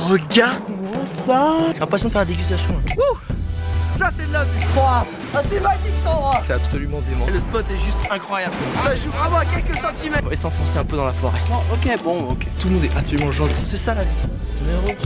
regarde-moi ça. J'ai l'impression de faire la dégustation. Ça c'est de la vie. Ah, c'est magique cet endroit. C'est absolument dément. Le spot est juste incroyable. Ça joue vraiment à quelques centimètres. On va s'enfoncer un peu dans la forêt. Ok. Tout le monde est absolument gentil. C'est ça la vie.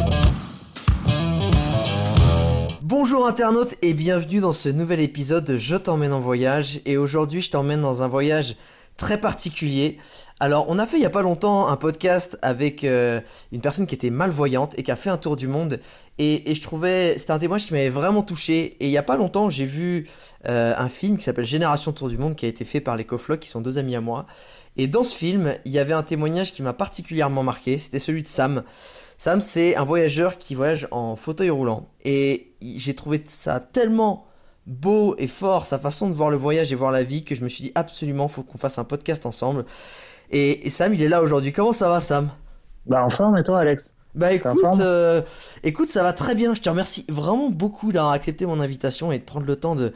Bonjour internautes et bienvenue dans ce nouvel épisode de Je t'emmène en voyage. Et aujourd'hui je t'emmène dans un voyage très particulier. Alors on a fait il y a pas longtemps un podcast avec une personne qui était malvoyante et qui a fait un tour du monde. Et je trouvais, c'était un témoignage qui m'avait vraiment touché. Et il y a pas longtemps j'ai vu un film qui s'appelle Génération Tour du Monde qui a été fait par les Coflocs qui sont deux amis à moi. Et dans ce film il y avait un témoignage qui m'a particulièrement marqué, c'était celui de Sam. Sam, c'est un voyageur qui voyage en fauteuil roulant. Et j'ai trouvé ça tellement beau et fort, sa façon de voir le voyage et voir la vie, que je me suis dit absolument, faut qu'on fasse un podcast ensemble. Et Sam, il est là aujourd'hui. Comment ça va, Sam ? Bah en forme, et toi, Alex ? Bah écoute, ça va très bien. Je te remercie vraiment beaucoup d'avoir accepté mon invitation et de prendre le temps de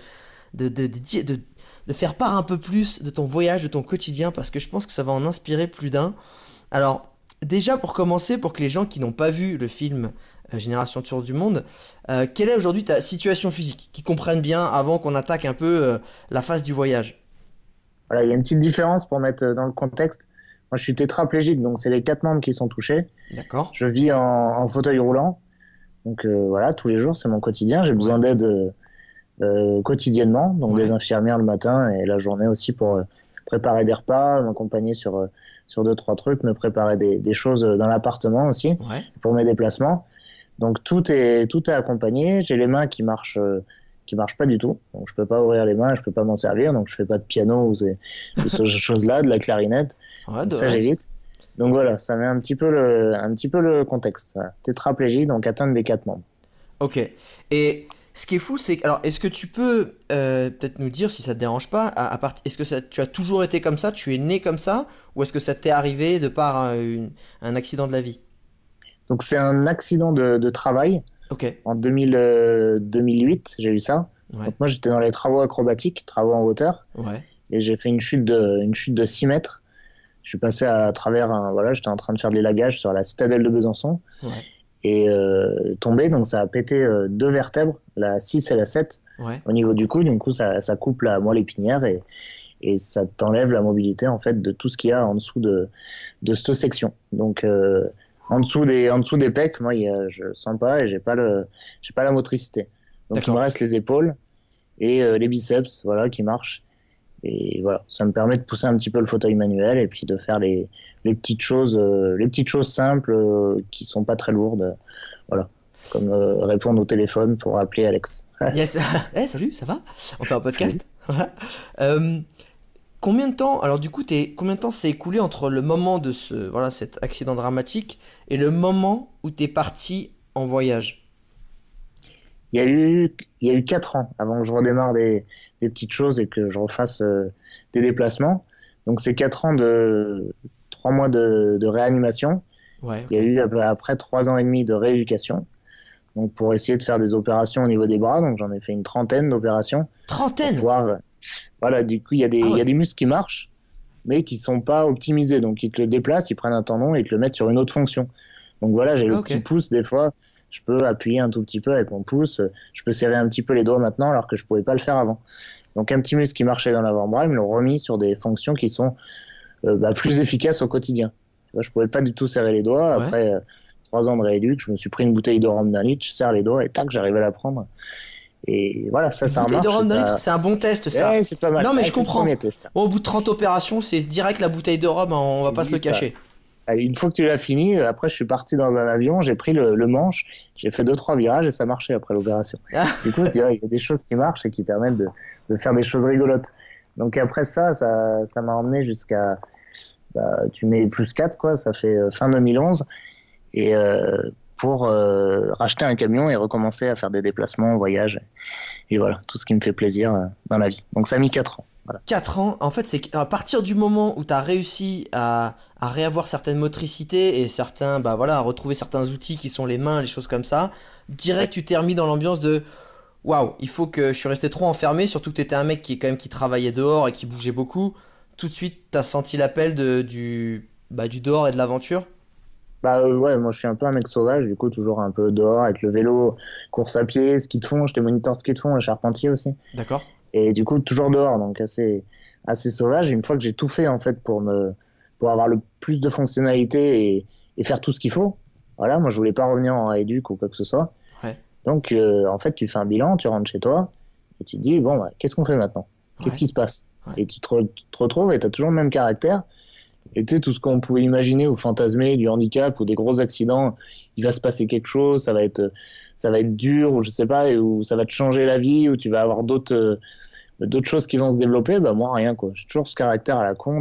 faire part un peu plus de ton voyage, de ton quotidien, parce que je pense que ça va en inspirer plus d'un. Alors, déjà pour commencer, pour que les gens qui n'ont pas vu le film Génération Tour du Monde, quelle est aujourd'hui ta situation physique, qu'ils comprennent bien avant qu'on attaque un peu la phase du voyage. Voilà, il y a une petite différence pour mettre dans le contexte. Moi, je suis tétraplégique, donc c'est les 4 membres qui sont touchés. D'accord. Je vis en fauteuil roulant, donc voilà, tous les jours, c'est mon quotidien. J'ai besoin d'aide quotidiennement, donc des infirmières le matin et la journée aussi pour préparer des repas, m'accompagner sur 2-3 trucs, me préparer des choses dans l'appartement aussi, pour mes déplacements. Donc tout est accompagné. J'ai les mains qui marchent pas du tout, donc je peux pas ouvrir les mains, je peux pas m'en servir, donc je fais pas de piano ou ces choses-là, de la clarinette. Ça j'évite. Donc voilà, ça met un petit peu le contexte. Tétraplégie, donc atteinte des 4 membres. Ok. Et ce qui est fou, c'est que, alors, est-ce que tu peux peut-être nous dire, si ça te dérange pas, est-ce que tu as toujours été comme ça, tu es né comme ça, ou est-ce que ça t'est arrivé de par un accident de la vie ? Donc c'est un accident de travail. Ok. En 2008, j'ai eu ça. Ouais. Donc moi j'étais dans les travaux acrobatiques, travaux en hauteur. Ouais. Et j'ai fait une chute de 6 mètres. Je suis passé à travers j'étais en train de faire de l'élagage sur la citadelle de Besançon. Ouais. Et tombé, donc ça a pété 2 vertèbres, la 6 et la 7, au niveau du cou. Du coup, ça coupe la moelle épinière et ça t'enlève la mobilité en fait de tout ce qu'il y a en dessous de cette section. Donc en dessous des pecs, moi je sens pas et j'ai pas la motricité. Donc D'accord. il me reste les épaules et les biceps, qui marchent. Et voilà, ça me permet de pousser un petit peu le fauteuil manuel et puis de faire les petites choses simples qui sont pas très lourdes. Voilà, comme répondre au téléphone pour appeler Alex. Yes. Salut, ça va ? On fait un podcast. Combien de temps, alors du coup, combien de temps s'est écoulé entre le moment de cet accident dramatique et le moment où t'es parti en voyage ? Il y a eu 4 ans avant que je redémarre des petites choses et que je refasse des déplacements. Donc c'est 4 ans 3 mois de réanimation. Ouais. Il y a eu après 3 ans et demi de rééducation. Donc pour essayer de faire des opérations au niveau des bras. Donc j'en ai fait une 30aine d'opérations. 30aine ? Du coup il y a des muscles qui marchent, mais qui sont pas optimisés. Donc ils te le déplacent, ils prennent un tendon et ils te le mettent sur une autre fonction. Donc voilà, j'ai le petit pouce des fois. Je peux appuyer un tout petit peu avec mon pouce. Je peux serrer un petit peu les doigts maintenant alors que je pouvais pas le faire avant. Donc un petit muscle qui marchait dans l'avant-bras, ils me l'ont remis sur des fonctions qui sont plus efficaces au quotidien. Tu vois, je pouvais pas du tout serrer les doigts. Ouais. Après 3 ans de rééduc, je me suis pris une bouteille de rhum d'un litre, je serre les doigts et tac, j'arrive à la prendre. Et voilà, ça marche. Bouteille de rhum d'un litre, c'est un bon test, ça. Ouais, c'est pas mal. Non, mais je comprends. Test, Au bout de 30 opérations, c'est direct la bouteille de rhum, on va pas se le cacher. Allez, une fois que tu l'as fini, après je suis parti dans un avion, j'ai pris le manche, j'ai fait 2-3 virages et ça marchait après l'opération. Du coup, il y a des choses qui marchent et qui permettent de faire des choses rigolotes. Donc après ça m'a emmené jusqu'à, tu mets plus 4 quoi, ça fait fin 2011 et pour racheter un camion et recommencer à faire des déplacements, voyages et voilà, tout ce qui me fait plaisir dans la vie. Donc ça a mis 4 ans. Voilà. 4 ans, en fait, c'est à partir du moment où tu as réussi à réavoir certaines motricités et à retrouver certains outils qui sont les mains, les choses comme ça, direct tu t'es remis dans l'ambiance de waouh, il faut que je suis resté trop enfermé, surtout que tu étais un mec qui travaillait dehors et qui bougeait beaucoup. Tout de suite, tu as senti l'appel du dehors et de l'aventure. Ouais, moi je suis un peu un mec sauvage, du coup toujours un peu dehors avec le vélo, course à pied, ski de fond, j'étais moniteur ski de fond et charpentier aussi. D'accord. Et du coup toujours dehors, donc assez sauvage. Et une fois que j'ai tout fait en fait pour avoir le plus de fonctionnalités et faire tout ce qu'il faut, voilà, moi je voulais pas revenir en rééduc ou quoi que ce soit. Ouais. Donc en fait tu fais un bilan, tu rentres chez toi et tu te dis bon qu'est-ce qu'on fait maintenant? Qu'est-ce qui se passe? Ouais. Et tu te retrouves et tu as toujours le même caractère. Et tu sais, tout ce qu'on pouvait imaginer ou fantasmer du handicap ou des gros accidents, il va se passer quelque chose, ça va être dur ou je sais pas, ou ça va te changer la vie ou tu vas avoir d'autres choses qui vont se développer. Bah moi rien quoi. J'ai toujours ce caractère à la con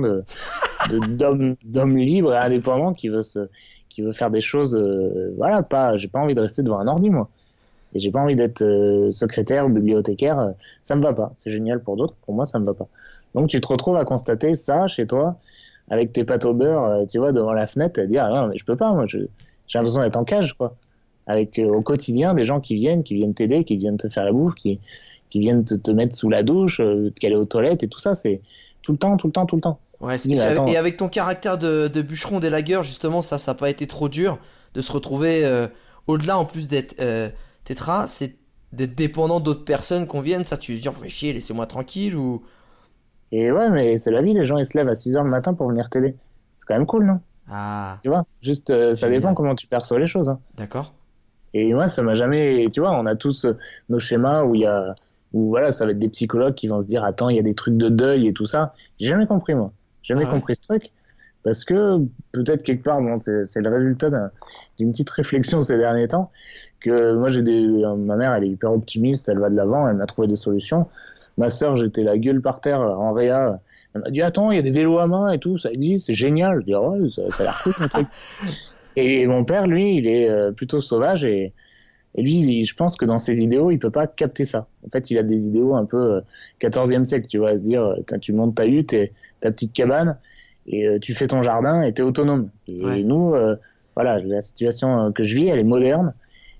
d'homme libre et indépendant qui veut faire des choses. Voilà, j'ai pas envie de rester devant un ordi moi. Et j'ai pas envie d'être secrétaire ou bibliothécaire. Ça me va pas. C'est génial pour d'autres. Pour moi, ça me va pas. Donc tu te retrouves à constater ça chez toi, avec tes pâtes au beurre, tu vois, devant la fenêtre, à dire, ah, non, mais je peux pas, moi, j'ai l'impression d'être en cage, quoi. Avec, au quotidien, des gens qui viennent t'aider, qui viennent te faire la bouffe, qui viennent te mettre sous la douche, te caler aux toilettes et tout ça, c'est tout le temps, tout le temps, tout le temps. Ouais, Mais attends. et avec ton caractère de bûcheron délagueur, justement, ça n'a pas été trop dur de se retrouver au-delà, en plus d'être tétra, c'est d'être dépendant d'autres personnes qu'on vienne. Ça, tu te dis, oh, fais chier, laissez-moi tranquille ou. Et ouais, mais c'est la vie, les gens, ils se lèvent à 6h le matin pour venir t'aider. C'est quand même cool, non? Ah, Tu vois? Juste, ça génial. dépend comment tu perçois les choses, hein. D'accord. Et moi, ça m'a jamais, tu vois, on a tous nos schémas où voilà, ça va être des psychologues qui vont se dire, attends, il y a des trucs de deuil et tout ça. J'ai jamais compris, moi. Jamais Ah ouais. compris ce truc. Parce que peut-être quelque part, bon, c'est le résultat d'une petite réflexion ces derniers temps, que moi, ma mère, elle est hyper optimiste, elle va de l'avant, elle m'a trouvé des solutions. Ma sœur, j'étais la gueule par terre en réa. Elle m'a dit, attends, il y a des vélos à main et tout, ça existe, c'est génial. Je dis, ah ouais, ça a l'air cool, mon truc. Et mon père, lui, il est plutôt sauvage et lui, je pense que dans ses idéaux, il peut pas capter ça. En fait, il a des idéaux un peu 14e siècle, tu vois, à se dire, tu montes ta hutte et ta petite cabane et tu fais ton jardin et t'es autonome. Et Ouais. nous, voilà, la situation que je vis, elle est moderne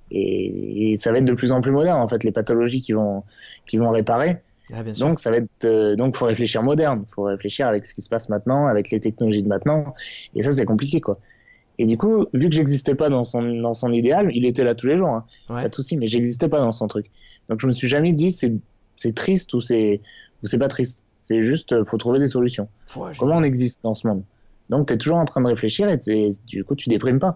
et ça va être de plus en plus moderne, en fait, les pathologies qui vont réparer. Ah, bien sûr. Donc, ça va être, donc, faut réfléchir moderne. Faut réfléchir avec ce qui se passe maintenant, avec les technologies de maintenant. Et ça, c'est compliqué, quoi. Et du coup, vu que j'existais pas dans son idéal, il était là tous les jours, hein, Ouais. pas de souci, mais j'existais pas dans son truc. Donc je me suis jamais dit c'est triste ou c'est pas triste. C'est juste faut trouver des solutions. Ouais, Comment on existe dans ce monde? Donc tu es toujours en train de réfléchir et du coup tu déprimes pas.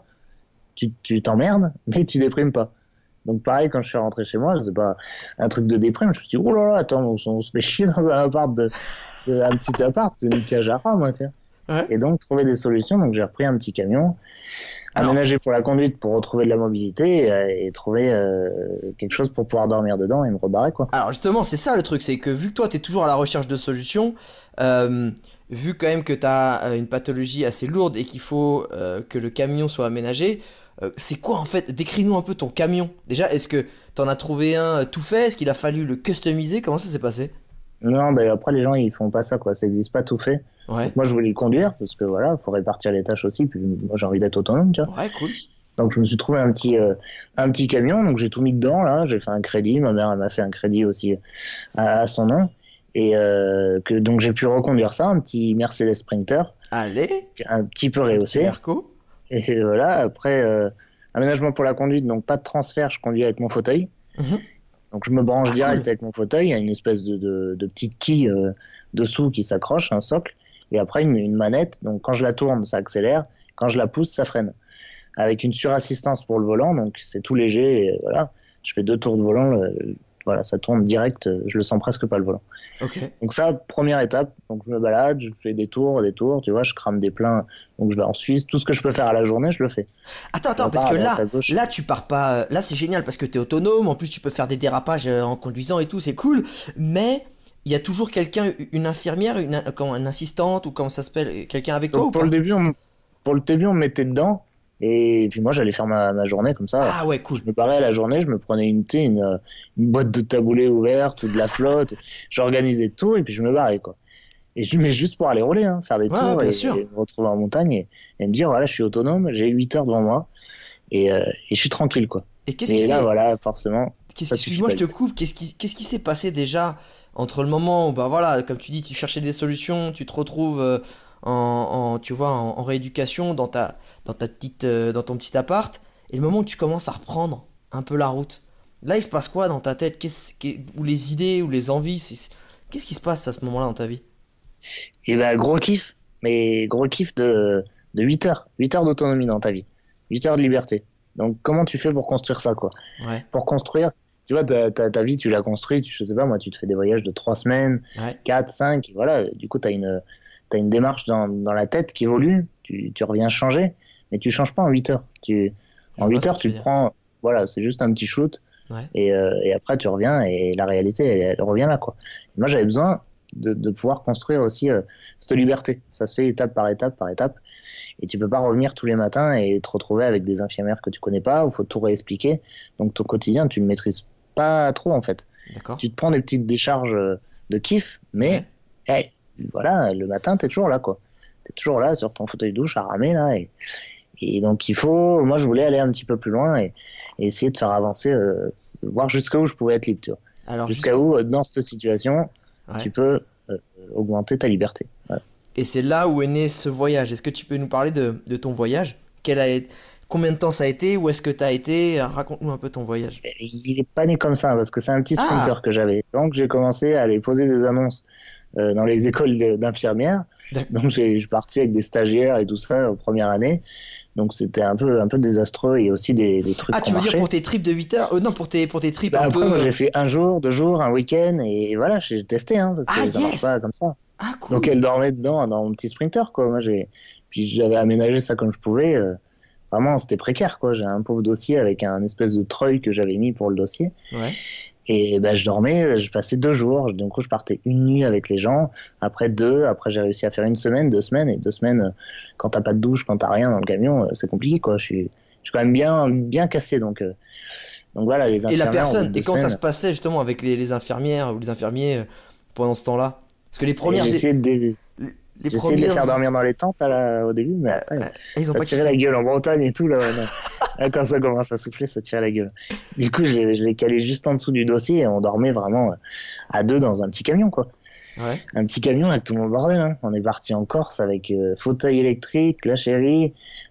Tu t'emmerdes, mais tu déprimes pas. Donc pareil quand je suis rentré chez moi, c'est pas un truc de déprime. Je me suis dit oh là là, attends, on se fait chier dans un appart un petit appart, c'est une cage à rats, moi, tiens. Ouais. Et donc trouver des solutions. Donc j'ai repris un petit camion, aménagé pour la conduite pour retrouver de la mobilité et trouver quelque chose pour pouvoir dormir dedans et me rebarrer quoi. Alors justement, c'est ça le truc, c'est que vu que toi, tu es toujours à la recherche de solutions, vu quand même que tu as une pathologie assez lourde et qu'il faut que le camion soit aménagé, c'est quoi en fait? Décris-nous un peu ton camion. Déjà, est-ce que tu en as trouvé un tout fait? Est-ce qu'il a fallu le customiser? Comment ça s'est passé? Non, ben après les gens ils font pas ça quoi, ça n'existe pas tout fait. Ouais. Donc, moi je voulais le conduire parce que voilà, faut répartir les tâches aussi. Puis moi j'ai envie d'être autonome, tu vois. Ouais, cool. Donc je me suis trouvé un petit camion, donc j'ai tout mis dedans là. J'ai fait un crédit, ma mère elle m'a fait un crédit aussi à son nom et donc j'ai pu reconduire ça, un petit Mercedes Sprinter, Allez, un petit peu petit rehaussé. Merco. Et voilà, après, aménagement pour la conduite, donc pas de transfert, je conduis avec mon fauteuil. Mhm. Donc je me branche Ah, direct cool. avec mon fauteuil, il y a une espèce de petite quille dessous qui s'accroche, un socle, et après une manette, donc quand je la tourne, ça accélère, quand je la pousse, ça freine. Avec une surassistance pour le volant, donc c'est tout léger, et voilà, je fais 2 tours de volant, voilà, ça tourne direct, je le sens presque pas le volant. Ok. Donc ça, première étape, donc je me balade, je fais des tours, tu vois, je crame des pleins, donc je vais en Suisse, tout ce que je peux faire à la journée, je le fais. Attends, On parce part que à droite, là, à gauche. là tu pars pas. Là, c'est génial parce que t'es autonome. En plus, tu peux faire des dérapages en conduisant et tout, c'est cool. Mais il y a toujours quelqu'un, une infirmière, une assistante ou comment ça s'appelle, quelqu'un avec toi Donc ou pour pas? le début, on me mettait dedans, et puis moi j'allais faire ma journée comme ça. Ah ouais, cool. Je me barrais à la journée, je me prenais une boîte de taboulé ouverte ou de la flotte, j'organisais tout et puis je me barrais quoi. Et mais juste pour aller rouler, hein, faire des Ouais, tours bien et sûr. me retrouver en montagne et me dire voilà, je suis autonome, j'ai 8 heures devant moi et je suis tranquille quoi. Et qu'est-ce qui Et là s'est. voilà, forcément, ça suffit Excuse-moi, pas je te vite. coupe. Qu'est-ce qui s'est passé déjà entre le moment où, bah voilà, comme tu dis, tu cherchais des solutions, tu te retrouves tu vois, en rééducation dans dans ton petit appart, et le moment où tu commences à reprendre un peu la route, là il se passe quoi dans ta tête? Ou les idées, ou les envies, qu'est-ce qui se passe à ce moment-là dans ta vie? Et bah, gros kiff, mais gros kiff de 8 heures. 8 heures d'autonomie dans ta vie. 8 heures de liberté. Donc, comment tu fais pour construire ça, quoi? Ouais, Pour construire, tu vois, ta vie, tu l'as construite, je sais pas, moi, tu te fais des voyages de 3 semaines, ouais. 4, 5, voilà. Du coup, t'as une démarche dans la tête qui évolue, tu reviens changer, mais tu changes pas en 8 heures. Je En vois 8 ce que heures, tu tu veux te dire. prends, voilà, c'est juste un petit shoot, Ouais. et après, tu reviens, et la réalité, elle revient là, quoi. Et moi, j'avais besoin de pouvoir construire aussi cette liberté. Ça se fait étape par étape par étape. Et tu peux pas revenir tous les matins et te retrouver avec des infirmières que tu connais pas, où il faut tout réexpliquer. Donc ton quotidien, tu le maîtrises pas trop en fait. D'accord. Tu te prends des petites décharges de kiff, mais hey, voilà, le matin, t'es toujours là quoi. T'es toujours là sur ton fauteuil douche à ramer là. Et donc moi je voulais aller un petit peu plus loin et essayer de faire avancer, voir jusqu'à où je pouvais être libre, tu vois. Alors, Jusqu'à où, dans cette situation, Ouais. tu peux augmenter ta liberté. Voilà. Et c'est là où est né ce voyage. Est-ce que tu peux nous parler de ton voyage? Combien de temps ça a été? Où est-ce que tu as été? Raconte-nous un peu ton voyage. Il est pas né comme ça parce que c'est un petit Ah, sprinter que j'avais. Donc j'ai commencé à aller poser des annonces dans les écoles d'infirmières. d'accord. Donc je suis parti avec des stagiaires et tout ça en première année. Donc c'était un peu désastreux. Il y a aussi des trucs Ah, qui tu ont veux dire marché. pour tes trips de 8 heures? Non, pour tes trips Bah, un après, peu. moi j'ai fait un jour, 2 jours, un week-end et voilà, j'ai testé hein, parce que Ah, ça marche yes! pas comme ça. Ah, Donc cool. elle dormait dedans dans mon petit sprinter quoi. Puis j'avais aménagé ça comme je pouvais. Vraiment c'était précaire quoi. J'ai un pauvre dossier avec un espèce de treuil que j'avais mis pour le dossier. Ouais. Et ben, je dormais, je passais 2 jours. Du coup, je partais une nuit avec les gens. Après 2. Après, j'ai réussi à faire une semaine, 2 semaines. Et 2 semaines, quand t'as pas de douche, quand t'as rien dans le camion, c'est compliqué, quoi. Je suis quand même bien cassé. Donc voilà, les Et la infirmières, au bout de personne, deux et comment ça se semaines, passait justement avec les infirmières ou les infirmiers pendant ce temps-là? Parce que les et premières. j'ai essayé de Les j'ai essayé de les premières. faire dormir dans les tentes au début, mais après, Ils ont ça pas tirait kiffé. la gueule en Bretagne et tout, là. Ouais, non. Là, quand ça commence à souffler, ça tirait la gueule. Du coup, je l'ai calé juste en dessous du dossier et on dormait vraiment à 2 dans un petit camion, quoi. Ouais. Un petit camion avec tout mon bordel. Hein. On est parti en Corse avec fauteuil électrique, la chérie,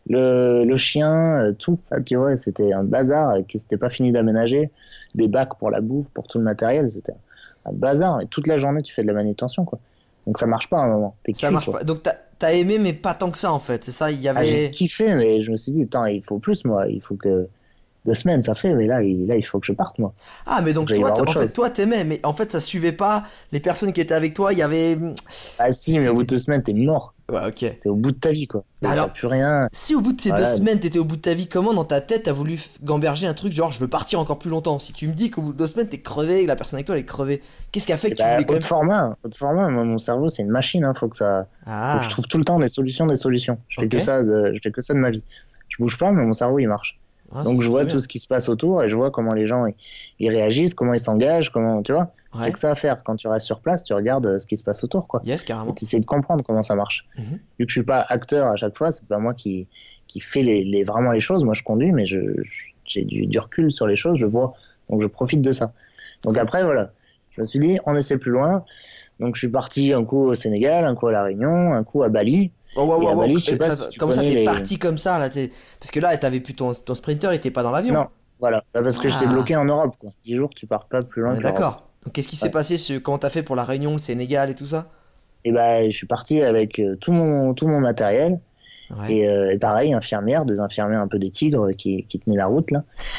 le chien, tout. Enfin, tu vois, c'était un bazar qui s'était pas fini d'aménager. Des bacs pour la bouffe, pour tout le matériel. C'était un bazar. Et toute la journée, tu fais de la manutention, quoi. Donc ça marche pas à un moment. T'es Ça cuit, marche quoi. pas. Donc t'as aimé, mais pas tant que ça en fait. C'est ça, il y Ah, j'ai avait. kiffé, mais je me suis dit, attends, il faut plus, moi. Il faut que 2 semaines, ça fait. Mais là, il faut que je parte, moi. Ah, mais donc J'allais toi, voir autre en fait, chose. toi t'aimais, mais en fait ça suivait pas les personnes qui étaient avec toi. Il y avait. Ah si, mais au bout de 2 semaines, t'es mort. Ouais, ok. T'es au bout de ta vie, quoi. Bah alors, T'as plus rien. si au bout de ces Voilà. 2 semaines t'étais au bout de ta vie, comment dans ta tête t'as voulu gamberger un truc genre je veux partir encore plus longtemps? Si tu me dis qu'au bout de 2 semaines t'es crevé et que la personne avec toi elle est crevée, qu'est-ce qui a fait que tu voulais quand Haute même. format, haute format. Moi, mon cerveau, c'est une machine. Hein. Faut que Ah, je trouve tout le temps des solutions, des solutions. Je fais ok. que ça je fais que ça de ma vie. Je bouge pas, mais mon cerveau, il marche. Ah, Donc, ça, je c'est vois très tout bien. ce qui se passe autour et je vois comment les gens, ils réagissent, comment ils s'engagent, comment, tu vois. Ouais. C'est que ça à faire. Quand tu restes sur place, tu regardes ce qui se passe autour, quoi. Yes, Et carrément. tu essaies de comprendre comment ça marche. Mhm. Vu que je suis pas acteur à chaque fois, c'est pas moi qui fait vraiment les choses. Moi, je conduis, mais j'ai du recul sur les choses, je vois. Donc, je profite de ça. Donc, après, voilà. Je me suis dit, on essaie plus loin. Donc, je suis parti un coup au Sénégal, un coup à La Réunion, un coup à Bali. Oh, wow, Et à wow, wow. Bali, je sais pas si tu Comment ça connais t'es les... parti comme ça là parce que là t'avais plus ton sprinter, il était pas dans l'avion. Non, voilà. Bah, parce que j'étais Ah. bloqué en Europe, quoi. 10 jours, tu pars pas plus On loin est que l'Europe. d'accord. Donc qu'est-ce qui s'est Ouais. passé comment t'as fait pour la Réunion, le Sénégal et tout ça? Et bah, je suis parti avec tout mon matériel. Ouais. Et pareil, des infirmières un peu des tigres qui tenaient la route, là.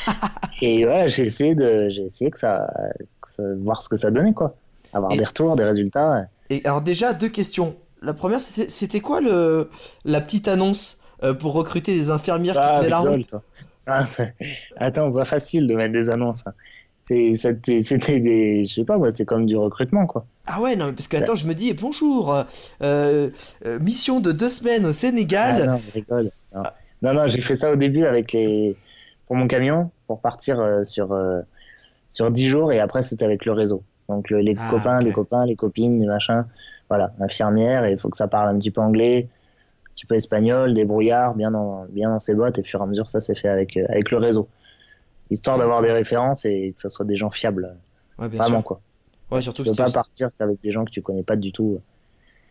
Et voilà, j'ai essayé voir ce que ça donnait, quoi. Avoir Et- des retours, des résultats. Et alors déjà, deux questions. La première, c'était quoi la petite annonce pour recruter des infirmières qui Ah, tenaient la rigole, route? toi. Ah, attends, pas facile de mettre des annonces. Hein. C'était je sais pas, moi, c'est comme du recrutement, quoi. Ah ouais, non, mais parce que attends, je me dis, bonjour, mission de 2 semaines au Ah Sénégal. non, je rigole. Non, j'ai fait ça au début pour mon camion, pour partir sur 10 jours, et après, c'était avec le réseau. Donc, les Ah, copains, ok. les copains, les copines, les machins. Voilà, infirmière, et il faut que ça parle un petit peu anglais, un petit peu espagnol, débrouillard, bien dans ses bottes, et au fur et à mesure, ça s'est fait avec le réseau. Histoire d'avoir des références et que ça soit des gens fiables. Ouais, bien Vraiment, sûr. quoi. Ouais, surtout Tu peux si pas partir qu'avec des gens que tu connais pas du tout.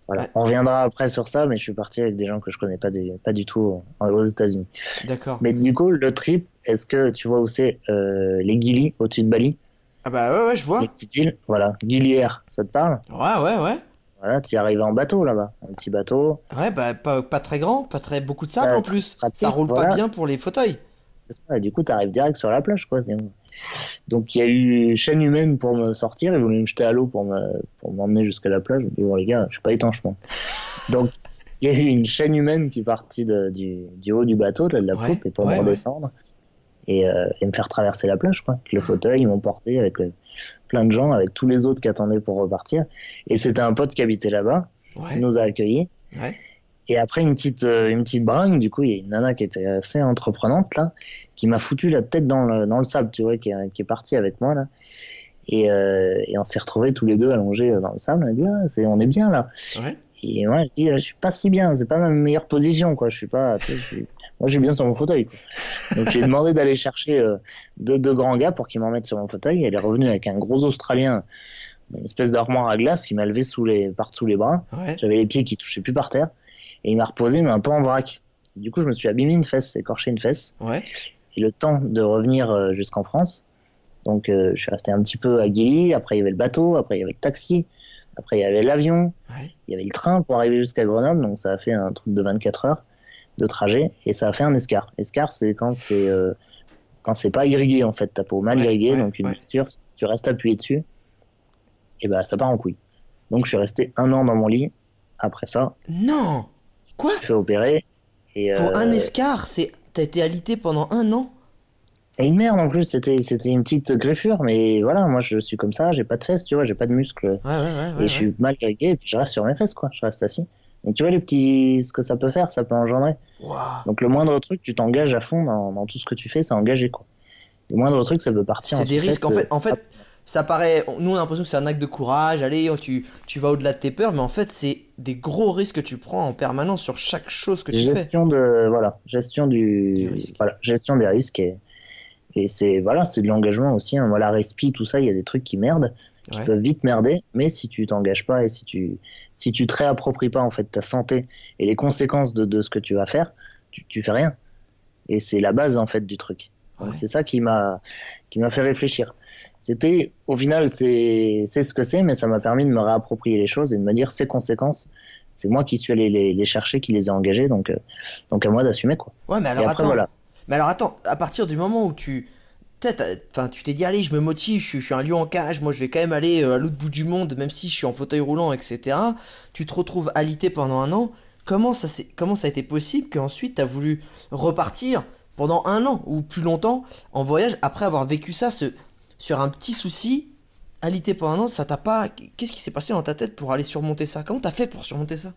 Voilà. Ouais. On reviendra après sur ça, mais je suis parti avec des gens que je connais pas du tout aux États-Unis. D'accord. Mais du coup, le trip, est-ce que tu vois où c'est les Gili au-dessus de Bali? Ah bah ouais, je vois. Les petites îles, voilà. Gili Air, ça te parle? Ouais. Voilà, tu y arrives en bateau là-bas, un petit bateau. Ouais, bah pas très grand, pas très beaucoup de sable Ouais, en plus. pratique, Ça roule voilà. pas bien pour les fauteuils. C'est ça, et du coup, tu arrives direct sur la plage, quoi. Donc, il y a eu chaîne humaine pour me sortir. Ils voulaient me jeter à l'eau pour m'emmener jusqu'à la plage. Je me dis, bon, les gars, je suis pas étanche, moi. Donc, il y a eu une chaîne humaine qui est partie du haut du bateau, là, de la poupe, et pour me redescendre et me faire traverser la plage, quoi. Avec le fauteuil, ils m'ont porté avec plein de gens, avec tous les autres qui attendaient pour repartir. Et c'était un pote qui habitait là-bas, qui nous a accueillis. Ouais. Et après une petite bringue, du coup, il y a une nana qui était assez entreprenante là, qui m'a foutu la tête dans le sable, tu vois, qui est partie avec moi là. Et on s'est retrouvés tous les deux allongés dans le sable. On a dit, on est bien là. Ouais. Et moi, je dis, je suis pas si bien, c'est pas ma meilleure position, quoi. Je suis pas, moi, je suis bien sur mon fauteuil, quoi. Donc, j'ai demandé d'aller chercher deux grands gars pour qu'ils m'en mettent sur mon fauteuil. Elle est revenue avec un gros Australien, une espèce d'armoire à glace qui m'a levé par-dessous les bras. Ouais. J'avais les pieds qui touchaient plus par terre. Et il m'a reposé, mais un peu en vrac. Du coup, je me suis abîmé une fesse, écorché une fesse. Ouais. Et le temps de revenir jusqu'en France, donc je suis resté un petit peu à Gili. Après, il y avait le bateau. Après, il y avait le taxi. Après, il y avait l'avion. Ouais. Il y avait le train pour arriver jusqu'à Grenoble. Donc, ça a fait un truc de 24 heures de trajet. Et ça a fait un escar. Escar, c'est quand c'est pas irrigué, en fait. Ta peau mal irriguée. Donc, une blessure, si tu restes appuyé dessus, et ben, ça part en couille. Donc, je suis resté 1 an dans mon lit. Après ça, Non. Quoi? je me suis fait opérer. Et, Pour un escar, t'as été alité pendant 1 an? et une merde en plus, c'était une petite greffure, mais voilà, moi je suis comme ça, j'ai pas de fesses, tu vois, j'ai pas de muscles, et je suis mal irrigué, et puis je reste sur mes fesses, quoi, je reste assis. Donc tu vois ce que ça peut faire, ça peut engendrer. Wow. Donc le moindre truc, tu t'engages à fond dans tout ce que tu fais, c'est engagé, quoi. Le moindre truc, ça peut partir. C'est des risques, en fait, ça paraît, nous on a l'impression que c'est un acte de courage, allez, tu vas au-delà de tes peurs, mais en fait c'est des gros risques que tu prends en permanence sur chaque chose que tu fais. Gestion du risque. Voilà, gestion des risques, et c'est de l'engagement aussi, hein. Moi, la respi, tout ça, il y a des trucs qui merdent, qui peuvent vite merder, mais si tu t'engages pas et si tu te réappropries pas en fait ta santé et les conséquences de ce que tu vas faire, tu fais rien. Et c'est la base en fait du truc. Donc, c'est ça qui m'a fait réfléchir. Au final, c'est ce que c'est, mais ça m'a permis de me réapproprier les choses et de me dire ces conséquences, c'est moi qui suis allé les chercher, qui les ai engagées, donc à moi d'assumer, quoi. Ouais, mais alors et après, attends. voilà. Mais alors attends, à partir du moment où tu t'es dit, allez, je me motive, je suis un lion en cage, moi je vais quand même aller à l'autre bout du monde, même si je suis en fauteuil roulant, etc. Tu te retrouves alité pendant 1 an. Comment ça a été possible qu'ensuite t'as voulu repartir pendant 1 an ou plus longtemps en voyage après avoir vécu ça sur un petit souci, alité pendant 1 an, ça t'a pas. Qu'est-ce qui s'est passé dans ta tête pour aller surmonter ça? Comment t'as fait pour surmonter ça?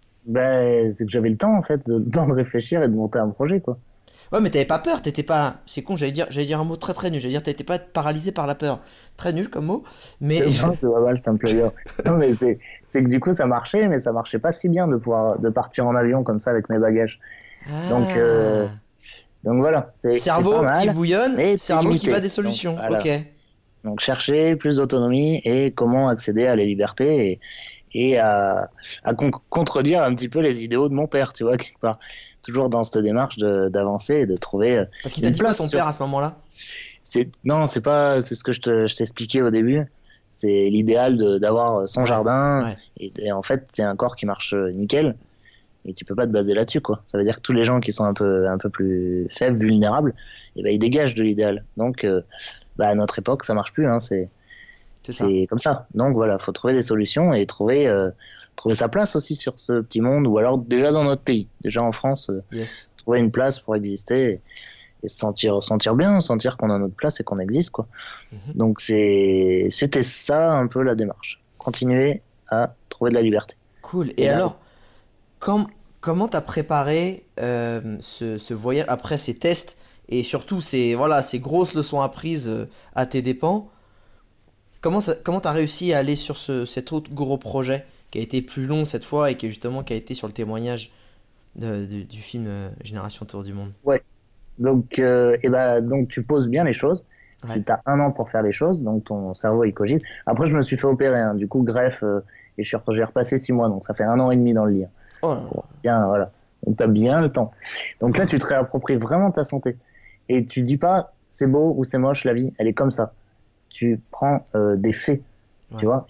Ben, c'est que j'avais le temps en fait, le temps de réfléchir et de monter un projet, quoi. Ouais, mais t'avais pas peur, t'étais pas. C'est con, j'allais dire un mot très très nul. J'allais dire t'étais pas paralysé par la peur. Très nul comme mot. Mais. Non, c'est pas mal, ça me plaît bien. Non, mais c'est que du coup, ça marchait, mais ça marchait pas si bien de partir en avion comme ça avec mes bagages. Ah. Donc voilà. Cerveau c'est pas mal, qui bouillonne, mais cerveau limité. qui va des solutions. Donc, voilà. Ok. Donc chercher plus d'autonomie et comment accéder à la liberté et à contredire un petit peu les idéaux de mon père, tu vois, quelque part. Toujours dans cette démarche d'avancer et de trouver. Parce qu'il t'a dit quoi ton père à ce moment-là? Non, c'est ce que je t'expliquais au début. C'est l'idéal d'avoir son jardin. Ouais. Et en fait, c'est un corps qui marche nickel. Et tu peux pas te baser là-dessus, quoi. Ça veut dire que tous les gens qui sont un peu plus faibles, vulnérables, eh ben, ils dégagent de l'idéal. Donc, à notre époque, ça marche plus, hein. C'est comme ça. Donc voilà, faut trouver des solutions et trouver sa place aussi sur ce petit monde, ou alors déjà dans notre pays, déjà en France, Yes. trouver une place pour exister et se sentir bien, sentir qu'on a notre place et qu'on existe, quoi. Mhm. Donc c'était ça un peu la démarche. Continuer à trouver de la liberté. Cool. Et alors, comment t'as préparé ce voyage après ces tests et surtout ces grosses leçons apprises à tes dépens? Comment t'as réussi à aller sur cet autre gros projet qui a été plus long cette fois et qui a été sur le témoignage du film Génération Tour du Monde? Ouais. Donc tu poses bien les choses. Ouais. Tu as 1 an pour faire les choses, donc ton cerveau il cogite. Après, je me suis fait opérer, hein. Du coup, greffe et j'ai repassé 6 mois, donc ça fait 1 an et demi dans le lit. Oh. Bien, voilà. Donc t'as bien le temps. Donc là, tu te réappropries vraiment ta santé. Et tu dis pas, c'est beau ou c'est moche, la vie, elle est comme ça. Tu prends des faits, tu vois,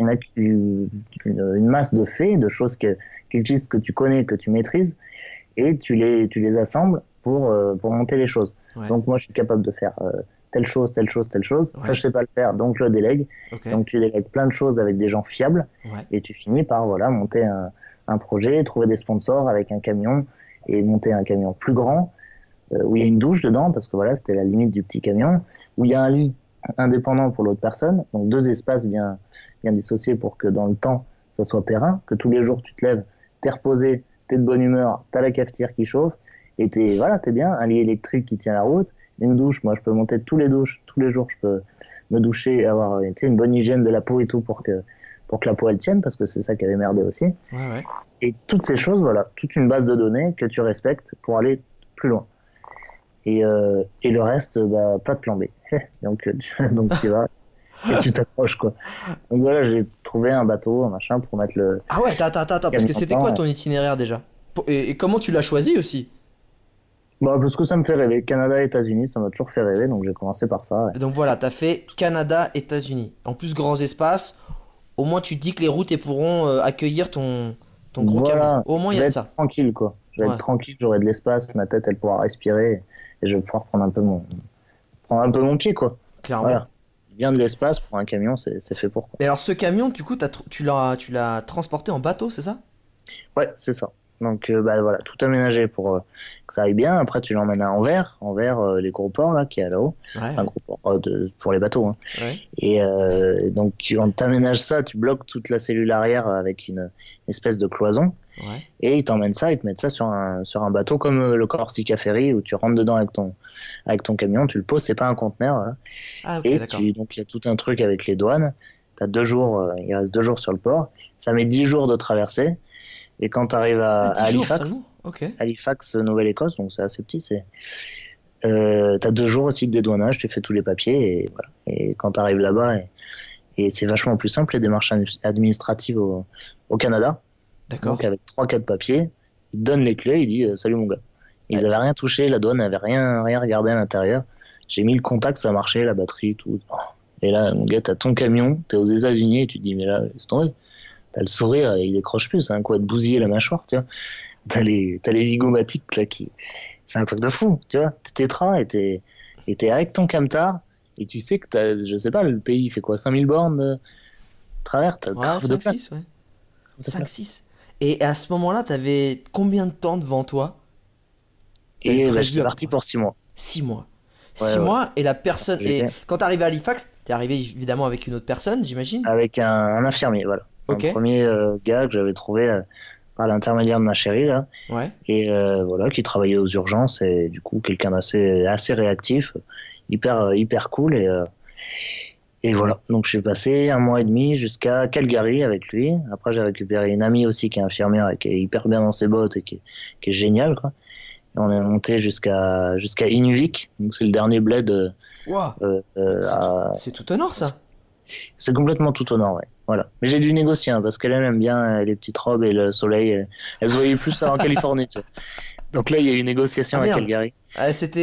une masse de faits, de choses qui existent, que tu connais, que tu maîtrises, et tu les assembles pour monter les choses. Ouais. Donc moi, je suis capable de faire telle chose. Ouais. Ça, je sais pas le faire, donc je le délègue. Okay. Donc tu délègues plein de choses avec des gens fiables, et tu finis par monter un projet, trouver des sponsors avec un camion, et monter un camion plus grand, où il y a une douche dedans, parce que voilà, c'était la limite du petit camion, où il y a un lit indépendant pour l'autre personne, donc 2 espaces bien dissociés pour que dans le temps, ça soit périn, que tous les jours tu te lèves, t'es reposé, t'es de bonne humeur, t'as la cafetière qui chauffe, et t'es bien, un lit électrique qui tient la route, une douche, moi je peux monter tous les jours, je peux me doucher, avoir une bonne hygiène de la peau et tout pour que la peau elle tienne, parce que c'est ça qui avait merdé aussi. Ouais. Et toutes ces choses, voilà, toute une base de données que tu respectes pour aller plus loin. Et le reste, pas de plan B. donc tu vas et tu t'accroches, quoi. Donc voilà, j'ai trouvé un bateau, un machin pour mettre le... Ah ouais, attends, parce que c'était quoi ton itinéraire déjà? Et comment tu l'as choisi aussi? Parce que ça me fait rêver. Canada, États-Unis, ça m'a toujours fait rêver, donc j'ai commencé par ça. Ouais. Donc voilà, t'as fait Canada, États-Unis. En plus, grands espaces. Au moins, tu te dis que les routes pourront accueillir ton gros camion. Au moins, il y a de ça. Tranquille, quoi. Je vais être tranquille, j'aurai de l'espace, ma tête, elle pourra respirer, et je vais pouvoir prendre un peu mon pied, quoi. Clairement. Voilà. Bien de l'espace pour un camion, c'est fait pour, quoi. Mais alors, ce camion, du coup, tu l'as transporté en bateau, c'est ça? Ouais, c'est ça. Donc voilà, tout aménagé pour que ça aille bien. Après, tu l'emmènes à Anvers, les gros ports là, qui est là-haut, un gros port pour les bateaux. Hein. Ouais. Et donc on t'aménage ça, tu bloques toute la cellule arrière avec une espèce de cloison, et ils t'emmènent ça, ils te mettent ça sur un bateau comme le Corsica Ferry où tu rentres dedans avec ton camion, tu le poses, c'est pas un conteneur. Voilà. Ah, okay, et donc il y a tout un truc avec les douanes. T'as 2 jours, il reste 2 jours sur le port. Ça met 10 jours de traversée. Et quand tu arrives à Halifax, Halifax, Nouvelle-Écosse, donc c'est assez petit, t'as 2 jours aussi de dédouanage, tu fais tous les papiers, et voilà. Et quand tu arrives là-bas, et c'est vachement plus simple, les démarches administratives au Canada. D'accord. Donc avec 3-4 papiers, il te donne les clés, il dit salut mon gars. Ils avaient rien touché, la douane n'avait rien regardé à l'intérieur. J'ai mis le contact, ça marchait, la batterie, tout. Et là, mon gars, t'as ton camion, t'es aux États-Unis, et tu te dis mais là, laisse tomber. T'as le sourire, il décroche plus, c'est un coup à te bousiller la mâchoire, tu vois. T'as les zygomatiques, là, c'est un truc de fou, tu vois. T'es tétra et t'es avec ton camtar, et tu sais que je sais pas, le pays fait quoi, 5000 bornes de travers, t'as grave de place. 5-6, ouais. 5-6. Et à ce moment-là, t'avais combien de temps devant toi? Et j'étais parti pour 6 mois. 6 mois. 6 mois, et la personne... Et quand t'es arrivé à Halifax, t'es arrivé évidemment avec une autre personne, j'imagine? Avec un infirmier, voilà. Okay. Un premier gars que j'avais trouvé par l'intermédiaire de ma chérie, là. Ouais. Et voilà, qui travaillait aux urgences, et du coup, quelqu'un assez réactif, hyper cool, et voilà. Donc, je suis passé 1 mois et demi jusqu'à Calgary avec lui. Après, j'ai récupéré une amie aussi qui est infirmière et qui est hyper bien dans ses bottes et qui est géniale, quoi. Et on est monté jusqu'à Inuvik, donc c'est le dernier bled. Wow. C'est tout au nord, ça? C'est complètement tout au nord, ouais. Voilà. Mais j'ai dû négocier, parce qu'elle aime bien les petites robes et le soleil. Elle se voyait plus ça en Californie, tu vois. Donc là, il y a eu une négociation à Calgary. Elle s'est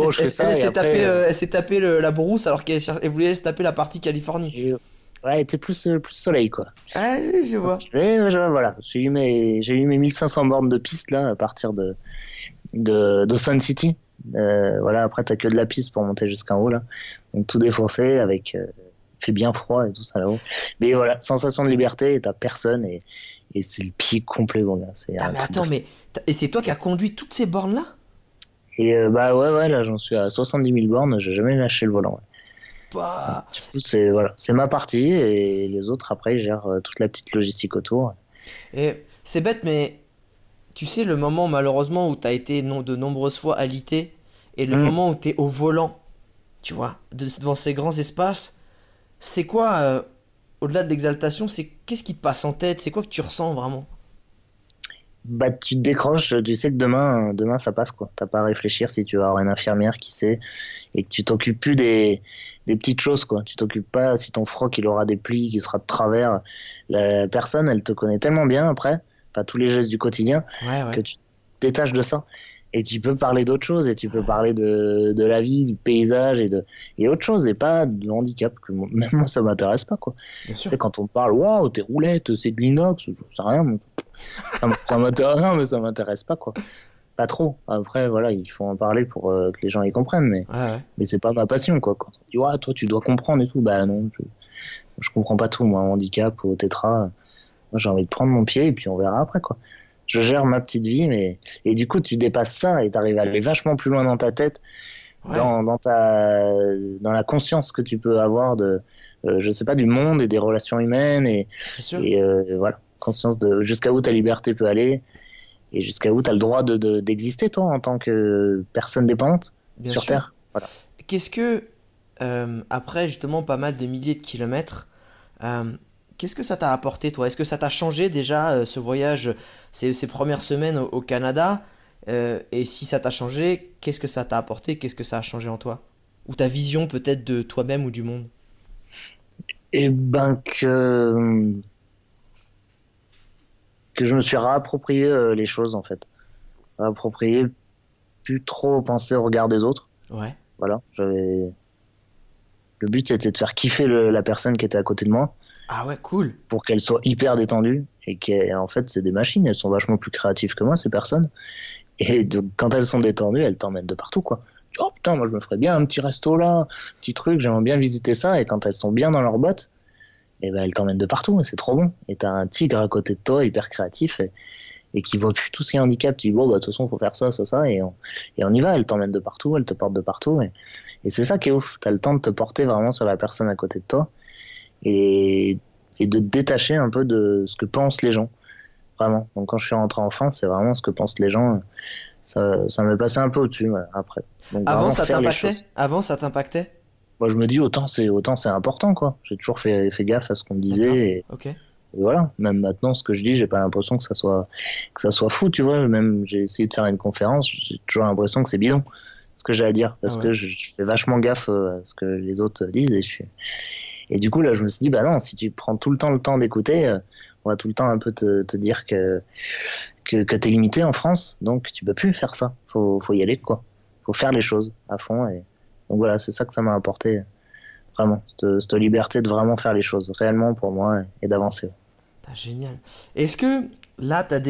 tapée la brousse alors qu'elle voulait se taper la partie Californie. Ouais, elle était plus soleil, quoi. Ah, je vois. Voilà. J'ai eu mes 1500 bornes de piste, là, à partir d'Ocean City. Voilà, après, t'as que de la piste pour monter jusqu'en haut, là. Donc tout défoncé avec... fait bien froid et tout ça là-haut. Mais voilà, sensation de liberté, et t'as personne, et c'est le pied complet, mon gars. Mais attends, et c'est toi qui as conduit toutes ces bornes-là? Et ouais, là j'en suis à 70 000 bornes, j'ai jamais lâché le volant. Ouais. Bah... Du coup, c'est ma partie, et les autres après ils gèrent toute la petite logistique autour. Et c'est bête, mais tu sais, le moment malheureusement où t'as été de nombreuses fois alité, et le moment où t'es au volant, tu vois, devant ces grands espaces, c'est quoi, au-delà de l'exaltation, qu'est-ce qui te passe en tête? C'est quoi que tu ressens vraiment? Tu te décroches, tu sais que demain ça passe, quoi. T'as pas à réfléchir si tu vas avoir une infirmière qui sait, et que tu t'occupes plus des petites choses, quoi. Tu t'occupes pas si ton froc il aura des plis, qui sera de travers. La personne, elle te connaît tellement bien après, enfin tous les gestes du quotidien, Ouais. que tu te détaches de ça. Et tu peux parler d'autre chose, et tu peux parler de la vie, du paysage et autre chose, et pas de handicap, que même moi ça m'intéresse pas, quoi. Bien Tu sûr. sais, quand on parle, waouh, tes roulettes, c'est de l'inox, je sais rien, ça m'intéresse, non, mais ça m'intéresse pas, quoi. Pas trop. Après, voilà, il faut en parler pour que les gens y comprennent, Ouais. mais c'est pas ma passion, quoi. Quand on dit, ouais, toi, tu dois comprendre et tout, bah non, je comprends pas tout, moi, handicap, au tétra. Moi, j'ai envie de prendre mon pied et puis on verra après, quoi. Je gère ma petite vie, et du coup, tu dépasses ça et t'arrives à aller vachement plus loin dans ta tête, Ouais. dans la conscience que tu peux avoir je sais pas, du monde et des relations humaines Bien sûr. et voilà, conscience de jusqu'à où ta liberté peut aller et jusqu'à où tu as le droit d'exister, toi, en tant que personne dépendante Bien sur sûr. Terre. Voilà. Qu'est-ce que, après justement pas mal de milliers de kilomètres, qu'est-ce que ça t'a apporté toi? Est-ce que ça t'a changé déjà ce voyage, ces premières semaines au Canada? Et si ça t'a changé, qu'est-ce que ça t'a apporté? Qu'est-ce que ça a changé en toi? Ou ta vision peut-être de toi-même ou du monde? Et ben que je me suis réapproprié les choses, en fait. Réapproprié, plus trop penser au regard des autres. Ouais. Voilà, le but c'était de faire kiffer la personne qui était à côté de moi Ah ouais, cool. pour qu'elle soit hyper détendue et qu'en fait c'est des machines, elles sont vachement plus créatives que moi, ces personnes. Et quand elles sont détendues, elles t'emmènent de partout, quoi. Oh putain, moi je me ferais bien un petit resto là, petit truc, j'aimerais bien visiter ça. Et quand elles sont bien dans leurs bottes, et ben elles t'emmènent de partout et c'est trop bon. Et t'as un tigre à côté de toi, hyper créatif et qui voit plus tout ce qui est handicap. Tu dis bon, bah de toute façon faut faire ça, ça, et on y va. Elle t'emmène de partout, elle te porte de partout. Et c'est ça qui est ouf. T'as le temps de te porter vraiment sur la personne à côté de toi et de te détacher un peu de ce que pensent les gens. Vraiment. Donc quand je suis rentré en France, c'est vraiment ce que pensent les gens. Ça m'est passé un peu au-dessus, ouais, après. Donc Avant vraiment ça faire les t'impactait? choses. Avant ça t'impactait? Moi je me dis autant c'est important, quoi. J'ai toujours fait gaffe à ce qu'on me D'accord. disait et Ok. voilà. Même maintenant ce que je dis, j'ai pas l'impression que ça soit fou, tu vois. Même j'ai essayé de faire une conférence, j'ai toujours l'impression que c'est bidon ce que j'ai à dire parce Ah ouais. que je fais vachement gaffe à ce que les autres disent et du coup là je me suis dit bah non, si tu prends tout le temps d'écouter, on va tout le temps un peu te dire que t'es limité en France, donc tu peux plus faire ça. Faut y aller, quoi. Faut faire les choses à fond et donc voilà, c'est ça que ça m'a apporté vraiment, cette liberté de vraiment faire les choses réellement pour moi et d'avancer. Ah, génial. Est-ce que là, t'as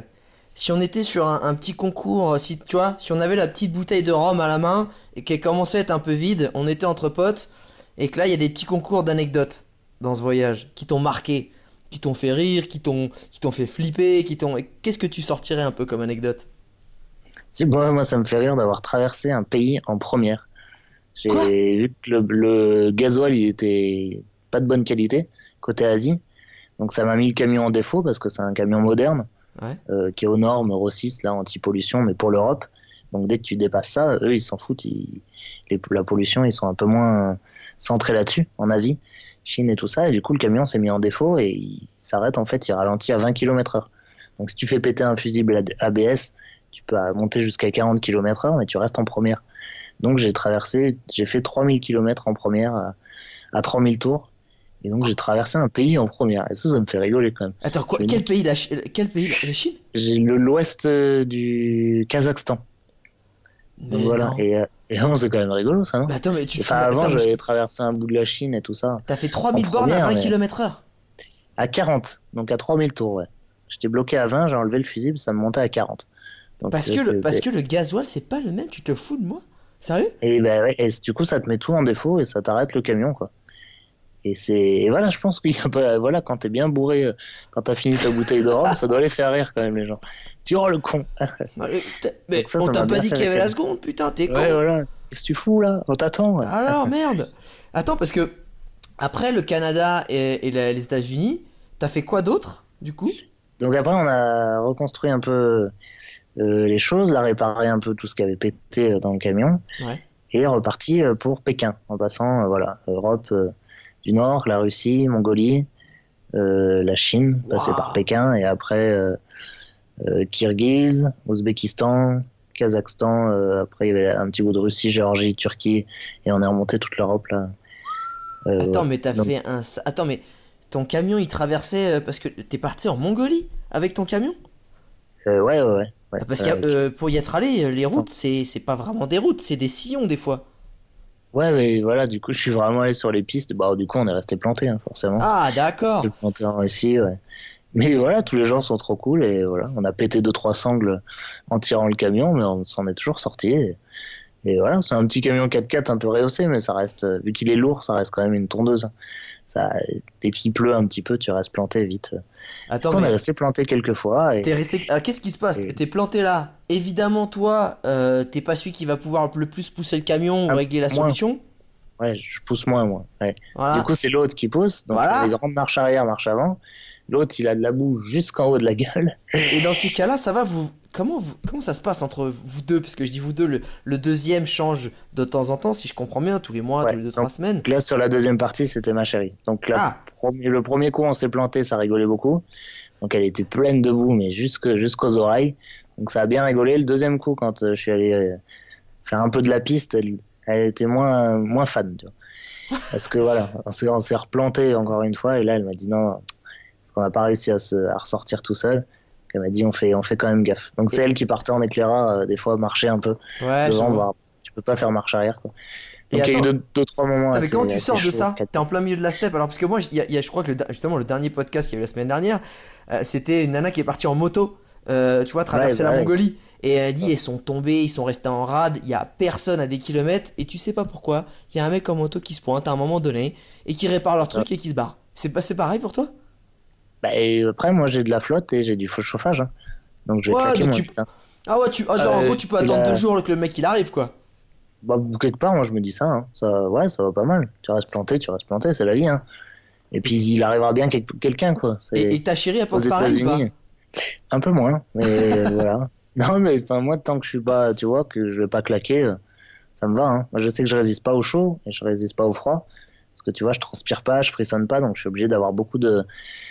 si on était sur un petit concours, si tu vois, si on avait la petite bouteille de rhum à la main et qu'elle commençait à être un peu vide, on était entre potes et que là, il y a des petits concours d'anecdotes dans ce voyage qui t'ont marqué, qui t'ont fait rire, qui t'ont fait flipper, Qu'est-ce que tu sortirais un peu comme anecdote? Si, moi ça me fait rire d'avoir traversé un pays en première. J'ai Quoi? vu que le gasoil il était pas de bonne qualité côté Asie, donc ça m'a mis le camion en défaut parce que c'est un camion moderne Ouais. qui est aux normes Euro 6 là, anti-pollution, mais pour l'Europe. Donc dès que tu dépasses ça, eux ils s'en foutent. La pollution, ils sont un peu moins centrés là-dessus en Asie, Chine et tout ça. Et du coup le camion s'est mis en défaut et il s'arrête, en fait, il ralentit à 20 km/h. Donc si tu fais péter un fusible ABS, tu peux monter jusqu'à 40 km/h, mais tu restes en première. Donc j'ai fait 3000 km en première à 3000 tours. Et donc j'ai traversé un pays en première. Et ça me fait rigoler quand même. Attends, quoi? Je me Quel dis, pays quel pays la Chine? j'ai l'ouest du Kazakhstan. Donc Mais voilà. non. Et non, c'est quand même rigolo, ça, non? Mais attends, mais tu te fous. Enfin, avant, Attends, mais j'avais traversé un bout de la Chine et tout ça. t'as fait En 3000 bornes à première, 20 mais km/h. à 40. Donc à 3000 tours, ouais. J'étais bloqué à 20, j'ai enlevé le fusible, ça me montait à 40. Donc, Parce que le gasoil, c'est pas le même, tu te fous de moi? Sérieux? Et ben ouais, et du coup, ça te met tout en défaut et ça t'arrête le camion, quoi. Et voilà, je pense qu'il y a pas, voilà, quand t'es bien bourré, quand t'as fini ta bouteille de rhum, ça doit les faire rire quand même, les gens. Tu oh le con. Mais Donc ça on t'a m'a pas bien dit fait qu'il y avait rire. la seconde, putain, t'es con. Ouais, voilà. Qu'est-ce que tu fous là? On t'attend. Ouais. Alors, merde. Attends, parce que après le Canada et les États-Unis, t'as fait quoi d'autre, du coup? Donc après, on a reconstruit un peu les choses, là, réparé un peu tout ce qui avait pété dans le camion, Ouais. et reparti pour Pékin, en passant, voilà, Europe du Nord, la Russie, Mongolie, la Chine, passé Waouh. par Pékin, et après Kirghiz, Ouzbékistan, Kazakhstan, après il y avait un petit bout de Russie, Géorgie, Turquie, et on est remonté toute l'Europe là. Attends, mais t'as donc- fait un. Attends, mais ton camion il traversait. Parce que t'es parti en Mongolie avec ton camion? Ouais. Parce que pour y être allé, les routes, c'est pas vraiment des routes, c'est des sillons des fois. Ouais, mais voilà, du coup, je suis vraiment allé sur les pistes. Bah, du coup, on est resté planté, hein, forcément. Ah, Je d'accord. suis planté en Russie, ouais. Mais voilà, tous les gens sont trop cool et voilà, on a pété 2-3 sangles en tirant le camion, mais on s'en est toujours sorti. Et voilà, c'est un petit camion 4x4 un peu rehaussé, mais ça reste, vu qu'il est lourd, ça reste quand même une tondeuse. Ça, dès qu'il pleut un petit peu, tu restes planté vite. Attends, On est mais resté planté quelques fois et t'es resté. Ah, qu'est-ce qui se passe? Et- T'es planté là. Évidemment, toi, t'es pas celui qui va pouvoir le plus pousser le camion ou Ah, régler la moi. solution. ouais, je pousse moins, moi. Ouais. Voilà. Du coup, c'est l'autre qui pousse, donc Voilà. les grandes marches arrière, marche avant. L'autre, il a de la boue jusqu'en haut de la gueule. Et dans ces cas-là, ça va comment ça se passe entre vous deux? Parce que je dis vous deux, le deuxième change de temps en temps, si je comprends bien, tous les mois, Ouais. tous les 2-3 semaines. Donc là, sur la deuxième partie, c'était ma chérie. Donc là, Ah. le premier coup, on s'est planté, ça rigolait beaucoup. Donc elle était pleine de boue, mais jusqu'aux oreilles. Donc ça a bien rigolé. Le deuxième coup, quand je suis allé faire un peu de la piste, elle était moins fan. Tu vois. Parce que voilà, on s'est replanté encore une fois. Et là, elle m'a dit non, parce qu'on n'a pas réussi à ressortir tout seul. Elle m'a dit on fait quand même gaffe. Donc c'est elle qui partait en éclaireur, des fois marcher un peu Ouais, je devant, vois. voir. Tu peux pas faire marche arrière, quoi. Et Donc il y a eu attends. deux, trois moments Putain, mais assez, comment tu assez sors de chauds, ça? quatre- T'es en plein milieu de la steppe. Alors, parce que moi, je crois que justement, le dernier podcast qu'il y a eu la semaine dernière, c'était une nana qui est partie en moto, tu vois, traverser la Ouais. Mongolie. Et elle dit, ils sont tombés, ils sont restés en rade, il y a personne à des kilomètres, et tu sais pas pourquoi, il y a un mec en moto qui se pointe à un moment donné, et qui répare leur truc et qui se barre. C'est pareil pour toi? Bah, et après, moi, j'ai de la flotte et j'ai du faux chauffage, hein. Donc, je vais Ouais, claquer, donc moi, tu- putain. Ah ouais, genre, en gros, tu peux c'est attendre la- 2 jours que le mec il arrive, quoi. Bah, quelque part, moi, je me dis ça, hein. Ouais, ça va pas mal. Tu restes planté, c'est la vie, hein. Et puis, il arrivera bien quelqu'un, quoi. Et ta chérie, elle Aux pense pareil ou pas? États-Unis, un peu moins, mais voilà. Non, mais enfin, moi, tant que je suis pas, tu vois, que je vais pas claquer, ça me va, hein. Moi, je sais que je résiste pas au chaud et je résiste pas au froid. Parce que tu vois, je transpire pas, je frissonne pas, donc je suis obligé d'avoir beaucoup de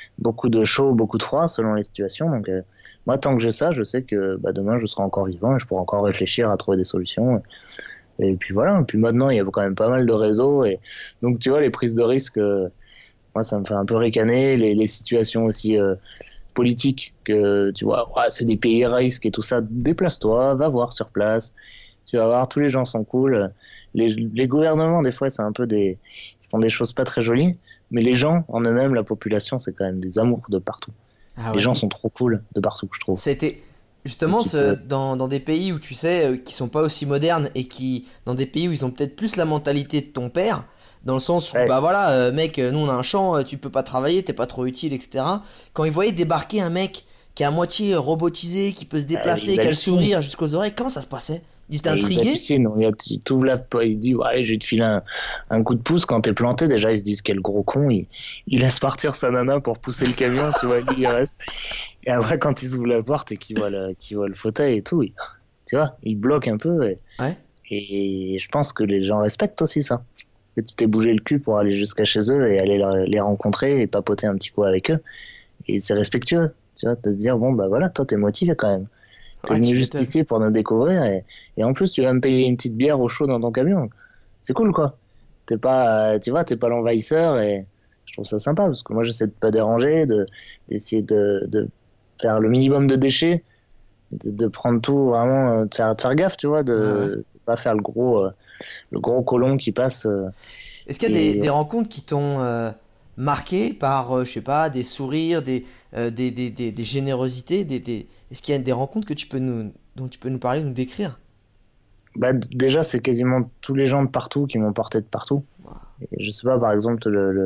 chaud, beaucoup de froid selon les situations. Donc, moi, tant que j'ai ça, je sais que bah, demain, je serai encore vivant et je pourrai encore réfléchir à trouver des solutions. Et puis voilà. Et puis maintenant, il y a quand même pas mal de réseaux. Et donc, tu vois, les prises de risque, moi, ça me fait un peu ricaner. Les situations aussi politiques, que tu vois, ouais, c'est des pays à risque et tout ça. Déplace-toi, va voir sur place. Tu vas voir, tous les gens sont cool. Les gouvernements, des fois, c'est un peu ils font des choses pas très jolies. Mais les gens, en eux-mêmes, la population, c'est quand même des amours de partout. Ah Les ouais. gens sont trop cool de partout, je trouve. C'était justement Qui te- dans des pays où tu sais qui sont pas aussi modernes et qui dans des pays où ils ont peut-être plus la mentalité de ton père dans le sens où Ouais. bah voilà mec nous on a un champ tu peux pas travailler t'es pas trop utile etc. Quand ils voyaient débarquer un mec qui est à moitié robotisé qui peut se déplacer ils qui a le hallucinent. sourire jusqu'aux oreilles comment ça se passait? Ils étaient Et ils intrigués? hallucinent. Il t'ouvre il dit ouais, je vais te filer un coup de pouce quand t'es planté. Déjà, ils se disent quel gros con. Il laisse partir sa nana pour pousser le camion, tu vois, lui, il reste. Et après, quand ils ouvrent la porte et qu'ils voient le fauteuil et tout, tu vois, ils bloquent un peu. Ouais. Et je pense que les gens respectent aussi ça. Que tu t'es bougé le cul pour aller jusqu'à chez eux et aller les rencontrer et papoter un petit coup avec eux. Et c'est respectueux, tu vois, de se dire bon, bah voilà, toi, t'es motivé quand même. T'es Ouais, venu tu juste m'étonnes. ici pour nous découvrir et en plus tu vas me payer une petite bière au chaud dans ton camion. C'est cool quoi. T'es pas, tu vois, t'es pas l'envahisseur et je trouve ça sympa parce que moi j'essaie de pas déranger, d'essayer de faire le minimum de déchets, de prendre tout vraiment, de faire gaffe, tu vois, de pas faire le gros colon qui passe. Est-ce qu'il y a Et- des rencontres qui t'ont marqué par, je sais pas, des sourires, des générosités, est-ce qu'il y a des rencontres que dont tu peux nous parler, nous décrire? Bah, déjà, c'est quasiment tous les gens de partout qui m'ont porté de partout. Et je sais pas, par exemple,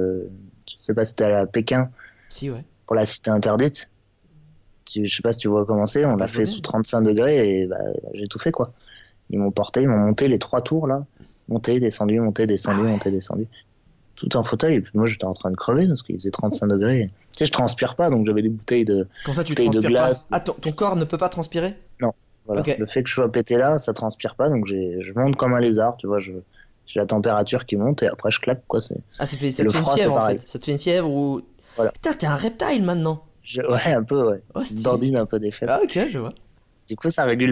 je sais pas si t'es allé à Pékin Si, ouais. pour la cité interdite. Je sais pas si tu vois comment c'est, on Bah, l'a je fait veux sous bien. 35 degrés et bah, j'ai tout fait quoi. Ils m'ont monté les 3 tours là. Monté, descendu, monté, descendu, Ah ouais. monté, descendu. Tout en fauteuil. Et puis moi j'étais en train de crever parce qu'il faisait 35 degrés. Tu sais, je transpire pas donc j'avais des bouteilles de. Comme ça, tu Bouteille de transpires pas. glace. Ah, ton corps ne peut pas transpirer? Voilà. Ok. Le fait que je sois pété là, ça transpire pas donc je monte comme un lézard, tu vois. J'ai la température qui monte et après je claque quoi. Ah, ça te le fait une froid, c'est fièvre en pareil. fait. Ça te fait une fièvre ou. Voilà. Putain, t'es un reptile maintenant. Ouais, un peu, ouais. Oh, Je stylé. dandine un peu des fesses. Ah, ok, je vois. Du coup, ça régule pas.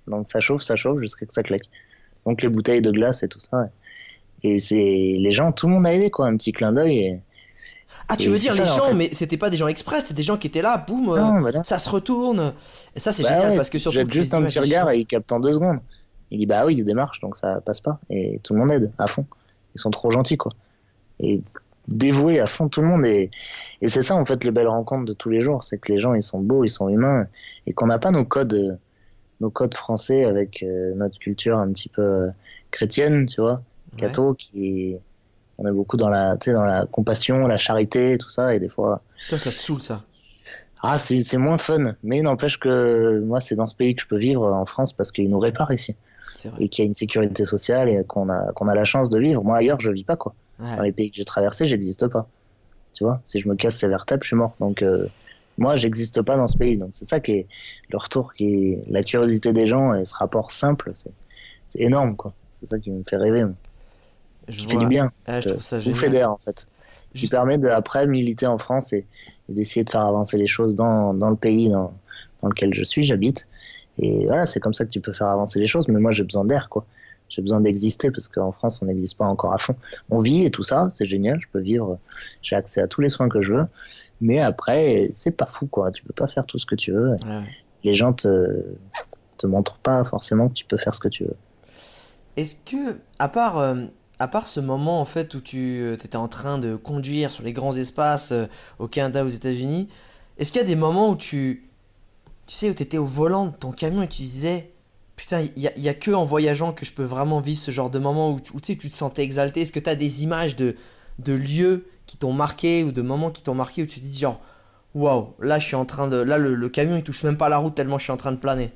Donc ça chauffe jusqu'à que ça claque. Donc les bouteilles de glace et tout ça. Et c'est les gens, tout le monde a aidé, quoi, un petit clin d'œil. Ah, tu veux dire les gens, mais c'était pas des gens express, c'était des gens qui étaient là, boum, ça se retourne. Et ça, c'est génial ouais, parce que surtout. Jette juste un petit regard et il capte en 2 secondes. Il dit bah oui, il y a des marches, donc ça passe pas. Et tout le monde aide à fond. Ils sont trop gentils, quoi. Et dévoués à fond, tout le monde. Et c'est ça, en fait, les belles rencontres de tous les jours. C'est que les gens, ils sont beaux, ils sont humains. Et qu'on n'a pas nos codes français avec notre culture un petit peu chrétienne, tu vois, catho, on est beaucoup dans la compassion, la charité, tout ça, et des fois. Toi, ça te saoule, ça? Ah, c'est moins fun, mais n'empêche que moi, c'est dans ce pays que je peux vivre en France parce qu'il nous répare ici. C'est vrai. Et qu'il y a une sécurité sociale et qu'on a la chance de vivre. Moi, ailleurs, je vis pas, quoi. Dans les pays que j'ai traversés, j'existe pas. Tu vois, si je me casse ces vertèbres, je suis mort. Donc, moi, j'existe pas dans ce pays. Donc, c'est ça qui est le retour, qui est la curiosité des gens et ce rapport simple, c'est énorme, quoi. C'est ça qui me fait rêver. Qui fait du bien. Je trouve ça génial. Bouffée d'air, en fait. Qui permet après militer en France et d'essayer de faire avancer les choses dans le pays dans lequel j'habite. Et voilà, c'est comme ça que tu peux faire avancer les choses. Mais moi, j'ai besoin d'air, quoi. J'ai besoin d'exister parce qu'en France, on n'existe pas encore à fond. On vit et tout ça, c'est génial. Je peux vivre, j'ai accès à tous les soins que je veux. Mais après, c'est pas fou, quoi. Tu peux pas faire tout ce que tu veux. Ouais. Les gens te montrent pas forcément que tu peux faire ce que tu veux. Est-ce que, à part ce moment en fait où tu étais en train de conduire sur les grands espaces au Canada, aux États-Unis, est-ce qu'il y a des moments où tu sais, où tu étais au volant de ton camion et tu disais putain, il y a que en voyageant que je peux vraiment vivre ce genre de moment où tu sais, tu te sentais exalté? Est-ce que tu as des images de lieux qui t'ont marqué ou de moments qui t'ont marqué où tu te dis genre waouh, là je suis en train de là le camion il touche même pas la route tellement je suis en train de planer?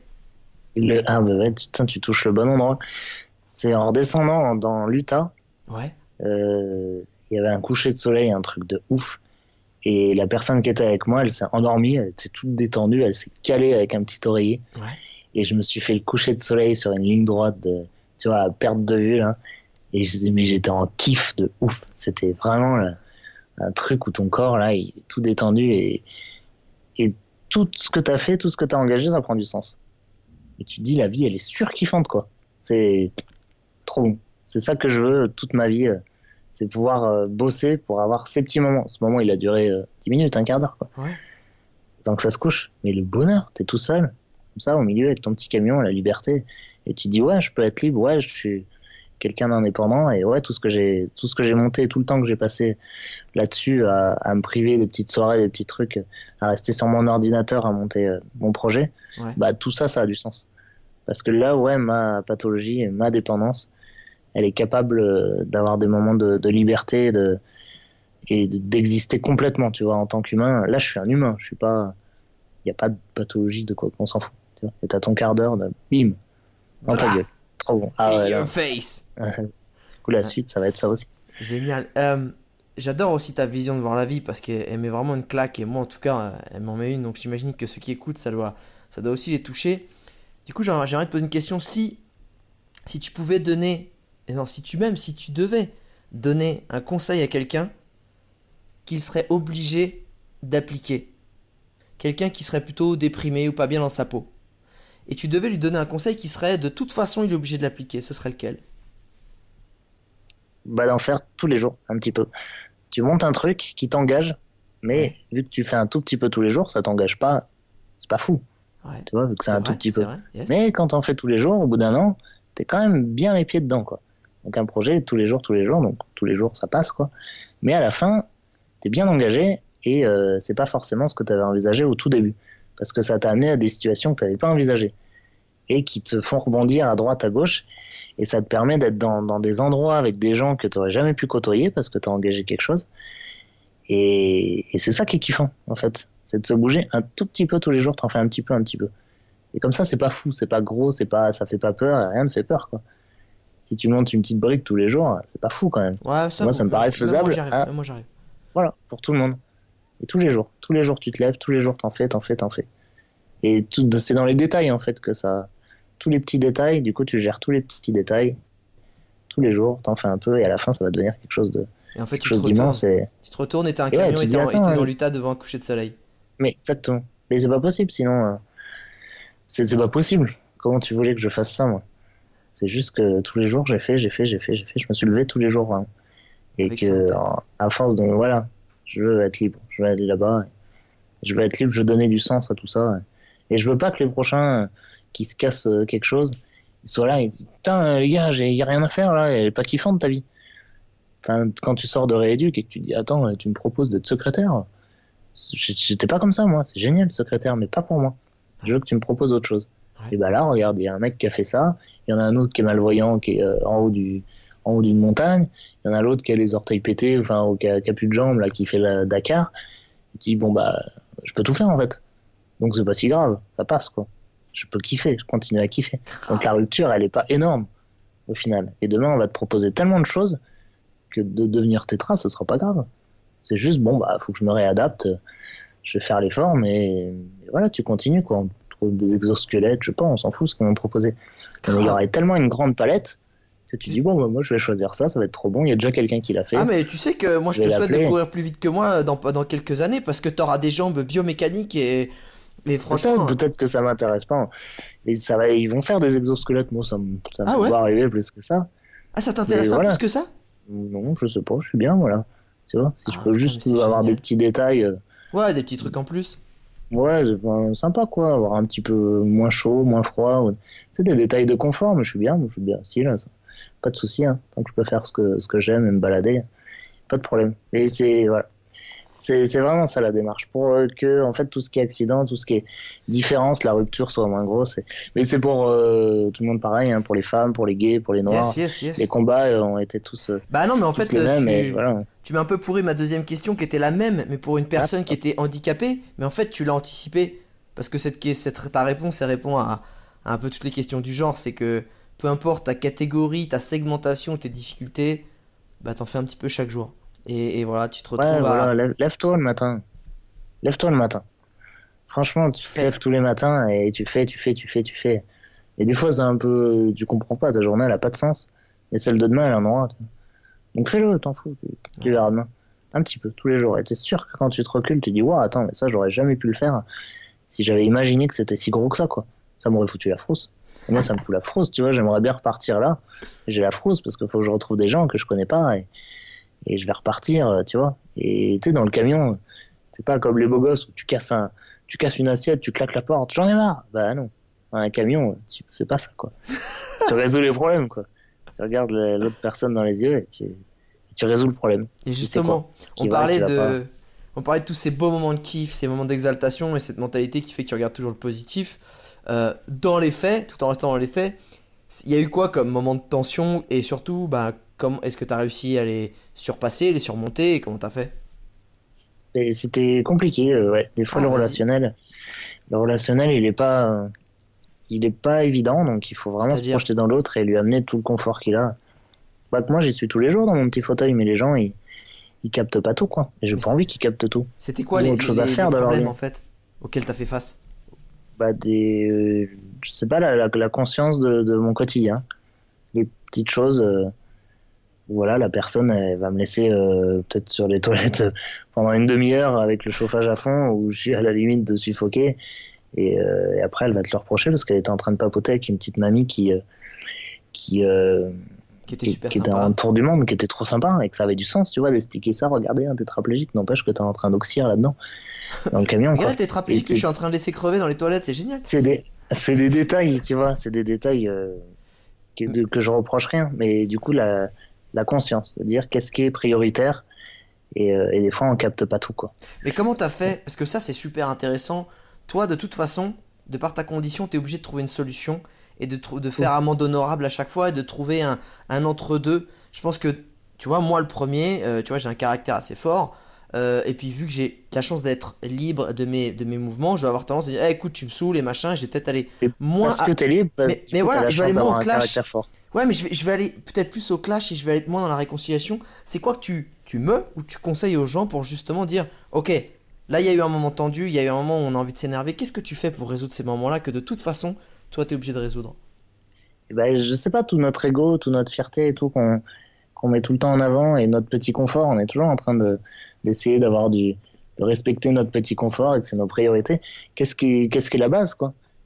Putain, tu touches le bon endroit. C'est en redescendant dans l'Utah. Ouais. Il y avait un coucher de soleil, un truc de ouf. Et la personne qui était avec moi, elle s'est endormie, elle était toute détendue, elle s'est calée avec un petit oreiller. Ouais. Et je me suis fait le coucher de soleil sur une ligne droite, tu vois, à perte de vue, là. Et mais j'étais en kiff de ouf. C'était vraiment un truc où ton corps, là, il est tout détendu. Et tout ce que t'as fait, tout ce que t'as engagé, ça prend du sens. Et tu te dis, la vie, elle est surkiffante, quoi. C'est trop bon. C'est ça que je veux toute ma vie. C'est pouvoir bosser pour avoir ces petits moments. Ce moment, il a duré 10 minutes, un quart d'heure, quoi. Ouais. Tant que ça se couche. Mais le bonheur, t'es tout seul, comme ça, au milieu, avec ton petit camion, la liberté. Et tu te dis, ouais, je peux être libre, ouais, je suis quelqu'un d'indépendant. Et ouais, tout ce que j'ai monté, tout le temps que j'ai passé là-dessus, à me priver des petites soirées, des petits trucs, à rester sur mon ordinateur, à monter mon projet, ouais. Bah, tout ça, ça a du sens. Parce que là, ouais, ma pathologie, ma dépendance, elle est capable d'avoir des moments de liberté et d'exister complètement, tu vois, en tant qu'humain. Là, je suis un humain, je suis pas... Il n'y a pas de pathologie de quoi, on s'en fout. Tu vois. Et t'as ton quart d'heure de bim, dans ta gueule. Trop bon. Ah ouais, your face. Du coup, la suite, ça va être ça aussi. Génial. J'adore aussi ta vision de voir la vie parce qu'elle met vraiment une claque. Et moi, en tout cas, elle m'en met une. Donc, j'imagine que ceux qui écoutent, ça doit aussi les toucher. Du coup, j'aimerais te poser une question. Si tu pouvais donner... Non, si tu devais donner un conseil à quelqu'un qu'il serait obligé d'appliquer, quelqu'un qui serait plutôt déprimé ou pas bien dans sa peau, et tu devais lui donner un conseil qui serait de toute façon il est obligé de l'appliquer, ce serait lequel? Bah, d'en faire tous les jours, un petit peu. Tu montes un truc qui t'engage, mais vu que tu fais un tout petit peu tous les jours, ça t'engage pas, c'est pas fou. Ouais. Tu vois, vu que c'est un tout petit peu. Vrai, yes. Mais quand t'en fais tous les jours, au bout d'un an, t'es quand même bien les pieds dedans, quoi. Donc un projet tous les jours, donc tous les jours ça passe, quoi. Mais à la fin, t'es bien engagé et c'est pas forcément ce que t'avais envisagé au tout début. Parce que ça t'a amené à des situations que t'avais pas envisagées et qui te font rebondir à droite, à gauche, et ça te permet d'être dans des endroits avec des gens que t'aurais jamais pu côtoyer parce que t'as engagé quelque chose. Et c'est ça qui est kiffant, en fait. C'est de se bouger un tout petit peu tous les jours, t'en fais un petit peu. Et comme ça, c'est pas fou, c'est pas gros, ça fait pas peur, rien ne fait peur, quoi. Si tu montes une petite brique tous les jours, c'est pas fou quand même. Ouais, moi, ça me paraît faisable. Moi, j'arrive. Voilà, pour tout le monde. Et tous les jours, tu te lèves, tous les jours, t'en fais. Et c'est dans les détails, en fait, que ça... Tous les petits détails, du coup, tu gères tous les petits détails. Tous les jours, t'en fais un peu, et à la fin, ça va devenir quelque chose de... Et en fait, tu te retournes et t'as un camion et t'es dans l'Utah devant un coucher de soleil. Mais exactement. Mais c'est pas possible, sinon... C'est pas possible. Comment tu voulais que je fasse ça, moi? C'est juste que tous les jours, j'ai fait. Je me suis levé tous les jours, vraiment. Et Avec ça en que, tête. à force de, voilà, je veux être libre. Je veux aller là-bas. Je veux être libre, je veux donner du sens à tout ça. Et je veux pas que les prochains qui se cassent quelque chose, ils soient là et disent, putain, les gars, y a rien à faire, là. Elle est pas kiffante, ta vie. Enfin, quand tu sors de rééduc et que tu dis, attends, tu me proposes d'être secrétaire. J'étais pas comme ça, moi. C'est génial, secrétaire, mais pas pour moi. Je veux que tu me proposes autre chose. Ouais. Et bah là, regarde, il y a un mec qui a fait ça. Il y en a un autre qui est malvoyant, qui est en haut d'une montagne. Il y en a l'autre qui a les orteils pétés, enfin, ou qui a plus de jambes, là, qui fait la Dakar. Il dit, bon, bah, je peux tout faire, en fait. Donc, c'est pas si grave. Ça passe, quoi. Je peux kiffer. Je continue à kiffer. Donc, la rupture, elle est pas énorme, au final. Et demain, on va te proposer tellement de choses que de devenir tétra, ce sera pas grave. C'est juste, bon, bah, faut que je me réadapte. Je vais faire l'effort, mais voilà, tu continues, quoi. On trouve des exosquelettes, je sais pas, on s'en fout ce qu'on va me proposer. Mais il y aurait tellement une grande palette que tu dis, bon, bah, moi, je vais choisir ça, ça va être trop bon. Il y a déjà quelqu'un qui l'a fait. Ah, mais tu sais que moi je Je te vais souhaite de l'appeler. courir plus vite que moi dans quelques années parce que t'auras des jambes biomécaniques et franchement. Peut-être que ça m'intéresse pas. Et ils vont faire des exosquelettes, moi, ça me Ah ouais? fait pas arriver plus que ça. Ah, ça t'intéresse Mais pas voilà. plus que ça? Non, je sais pas, je suis bien, voilà. Tu vois, si je Ah, peux putain, juste mais c'est avoir génial. des petits détails, Ouais, des petits trucs en plus. ouais, enfin, sympa, quoi, avoir un petit peu moins chaud, moins froid. C'est des détails de confort, mais je suis bien assis là, ça. Pas de souci, hein. Tant que je peux faire ce que j'aime et me balader, pas de problème. Et voilà. C'est vraiment ça la démarche. Pour que, en fait, tout ce qui est accident, tout ce qui est différence, la rupture soit moins grosse. Mais c'est pour tout le monde pareil, hein, pour les femmes, pour les gays, pour les noirs. Yes. Les combats ont été tous, Bah non, mais en tous fait, les mêmes, et voilà. tu m'as un peu pourri ma deuxième question qui était la même, mais pour une personne qui était handicapée. Mais en fait, tu l'as anticipé. Parce que ta réponse, elle répond à un peu toutes les questions du genre. C'est que peu importe ta catégorie, ta segmentation, tes difficultés, bah t'en fais un petit peu chaque jour. Et voilà, tu te Ouais, retrouves à. voilà, lève-toi le matin. Lève-toi le matin. Franchement, tu te Fais. lèves tous les matins et tu fais. Et des fois, c'est un peu, tu comprends pas, ta journée, elle a pas de sens. Mais celle de demain, elle en aura. Donc fais-le, t'en fous. Tu verras demain. Un petit peu, tous les jours. Et t'es sûr que quand tu te recules, tu dis, waouh, attends, mais ça, j'aurais jamais pu le faire si j'avais imaginé que c'était si gros que ça, quoi. Ça m'aurait foutu la frousse. Et moi, ça me fout la frousse, tu vois. J'aimerais bien repartir là. Et j'ai la frousse parce qu'il faut que je retrouve des gens que je connais pas et je vais repartir, tu vois. Et tu sais, dans le camion, c'est pas comme les beaux gosses où tu casses une assiette, tu claques la porte, j'en ai marre. Bah non. Dans un camion, tu fais pas ça, quoi. Tu résous les problèmes, quoi. Tu regardes l'autre personne dans les yeux et tu résous le problème. Et Tu sais justement, quoi, qui va, qui va pas. on parlait de tous ces beaux moments de kiff, ces moments d'exaltation et cette mentalité qui fait que tu regardes toujours le positif. Dans les faits, tout en restant dans les faits, il y a eu quoi comme moment de tension et surtout, bah, comment est-ce que tu as réussi à les surpasser, les surmonter et comment t'as fait? Et c'était compliqué, ouais. Des fois, Ah, vas-y. le relationnel, il est pas évident, donc il faut vraiment se C'est-à-dire? projeter dans l'autre et lui amener tout le confort qu'il a. Bah, que moi, j'y suis tous les jours dans mon petit fauteuil, mais les gens, ils captent pas tout, quoi. Et j'ai Mais pas envie qu'ils captent tout. C'était quoi Ils ont autre chose à faire les dans leur problèmes vie. en fait auxquels t'as fait face? Bah, je sais pas, la conscience de mon quotidien. Les petites choses, voilà, la personne, elle va me laisser peut-être sur les toilettes pendant une demi-heure avec le chauffage à fond, où je suis à la limite de suffoquer. Et après, elle va te le reprocher parce qu'elle était en train de papoter avec une petite mamie qui, Qui était super qui était sympa. un tour du monde, qui était trop sympa et que ça avait du sens, tu vois, d'expliquer ça. Regardez, un tétraplégique, n'empêche que t'es en train d'oxyre là-dedans, dans le camion, quoi. Regarde le tétraplégique que Et je suis en train de laisser crever dans les toilettes, c'est génial. c'est des détails, tu vois, c'est des détails que je reproche rien, mais du coup, la conscience, de dire qu'est-ce qui est prioritaire et des fois, on capte pas tout, quoi. Mais comment t'as fait? Parce que ça, c'est super intéressant. Toi, de toute façon, de par ta condition, t'es obligé de trouver une solution et de faire amende honorable à chaque fois et de trouver un entre-deux. Je pense que, tu vois, moi, le premier, tu vois, j'ai un caractère assez fort. Et puis, vu que j'ai la chance d'être libre de mes mouvements, je vais avoir tendance à dire, eh, écoute, tu me saoules et machin, je vais peut-être aller Et moins. parce que t'es libre, Mais voilà, je vais aller moins au clash. caractère fort. Ouais, mais je vais aller peut-être plus au clash et je vais aller moins dans la réconciliation. C'est quoi que tu ou tu conseilles aux gens pour justement dire, ok, là il y a eu un moment tendu, il y a eu un moment où on a envie de s'énerver. Qu'est-ce que tu fais pour résoudre ces moments-là que de toute façon, toi t'es obligé de résoudre? Et ben, je sais pas, tout notre ego, toute notre fierté et tout qu'on met tout le temps en avant et notre petit confort, on est toujours en train d'essayer de respecter notre petit confort et que c'est nos priorités. Qu'est-ce qui est la base, quoi?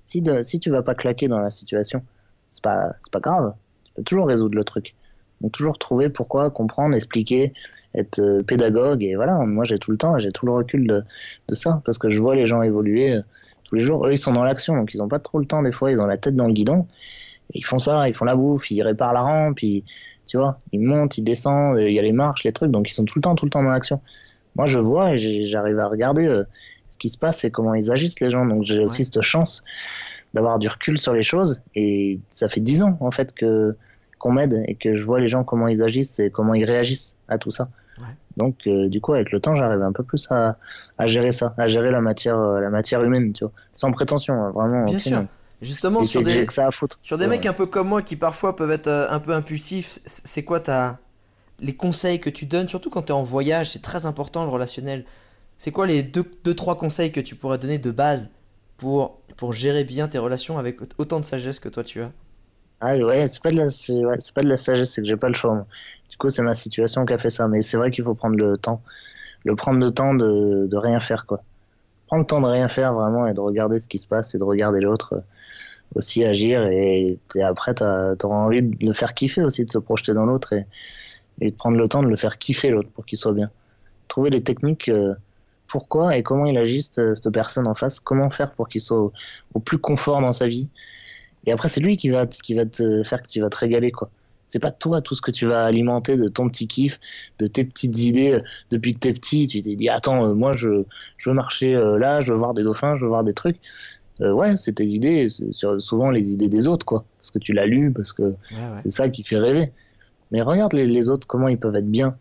Si tu vas pas claquer dans la situation, c'est pas grave. Tu peux toujours résoudre le truc. Donc toujours trouver pourquoi, comprendre, expliquer, être pédagogue. Et voilà, moi j'ai tout le temps, j'ai tout le recul de ça. Parce que je vois les gens évoluer tous les jours. Eux, ils sont dans l'action, donc ils ont pas trop le temps des fois. Ils ont la tête dans le guidon. Et ils font ça, ils font la bouffe, ils réparent la rampe, tu vois, ils montent, ils descendent, il y a les marches, les trucs. Donc ils sont tout le temps dans l'action. Moi je vois et j'arrive à regarder ce qui se passe et comment ils agissent les gens. Donc j'ai aussi cette chance d'avoir du recul sur les choses, et ça fait 10 ans en fait qu'on m'aide et que je vois les gens comment ils agissent et comment ils réagissent à tout ça. Donc du coup avec le temps j'arrive un peu plus à gérer ça, à gérer la matière humaine, tu vois, sans prétention, hein, vraiment. Bien sûr. Justement, et sur j'ai que ça à foutre. Sur des mecs un peu comme moi qui parfois peuvent être un peu impulsifs, c'est quoi les conseils que tu donnes, surtout quand tu es en voyage? C'est très important le relationnel. C'est quoi les deux, trois conseils que tu pourrais donner de base pour gérer bien tes relations avec autant de sagesse que toi tu as? Ah ouais, c'est pas de la sagesse, c'est que j'ai pas le choix, moi. Du coup, c'est ma situation qui a fait ça. Mais c'est vrai qu'il faut prendre le temps. Prendre le temps de rien faire, quoi. Prendre le temps de rien faire, vraiment, et de regarder ce qui se passe et de regarder l'autre aussi agir. Et après, t'auras envie de le faire kiffer aussi, de se projeter dans l'autre et de prendre le temps de le faire kiffer l'autre pour qu'il soit bien. Trouver les techniques, pourquoi et comment il agit, cette personne en face, comment faire pour qu'il soit au plus confort dans sa vie. Et après, c'est lui qui va te faire que tu vas te régaler, quoi. C'est pas toi, tout ce que tu vas alimenter de ton petit kiff, de tes petites idées. Depuis que t'es petit, tu t'es dit, attends, moi, je veux marcher là, je veux voir des dauphins, je veux voir des trucs. Ouais, c'est tes idées, souvent les idées des autres, quoi. Parce que tu l'as lu, parce que c'est ça qui fait rêver. Mais regarde les autres, comment ils peuvent être bien.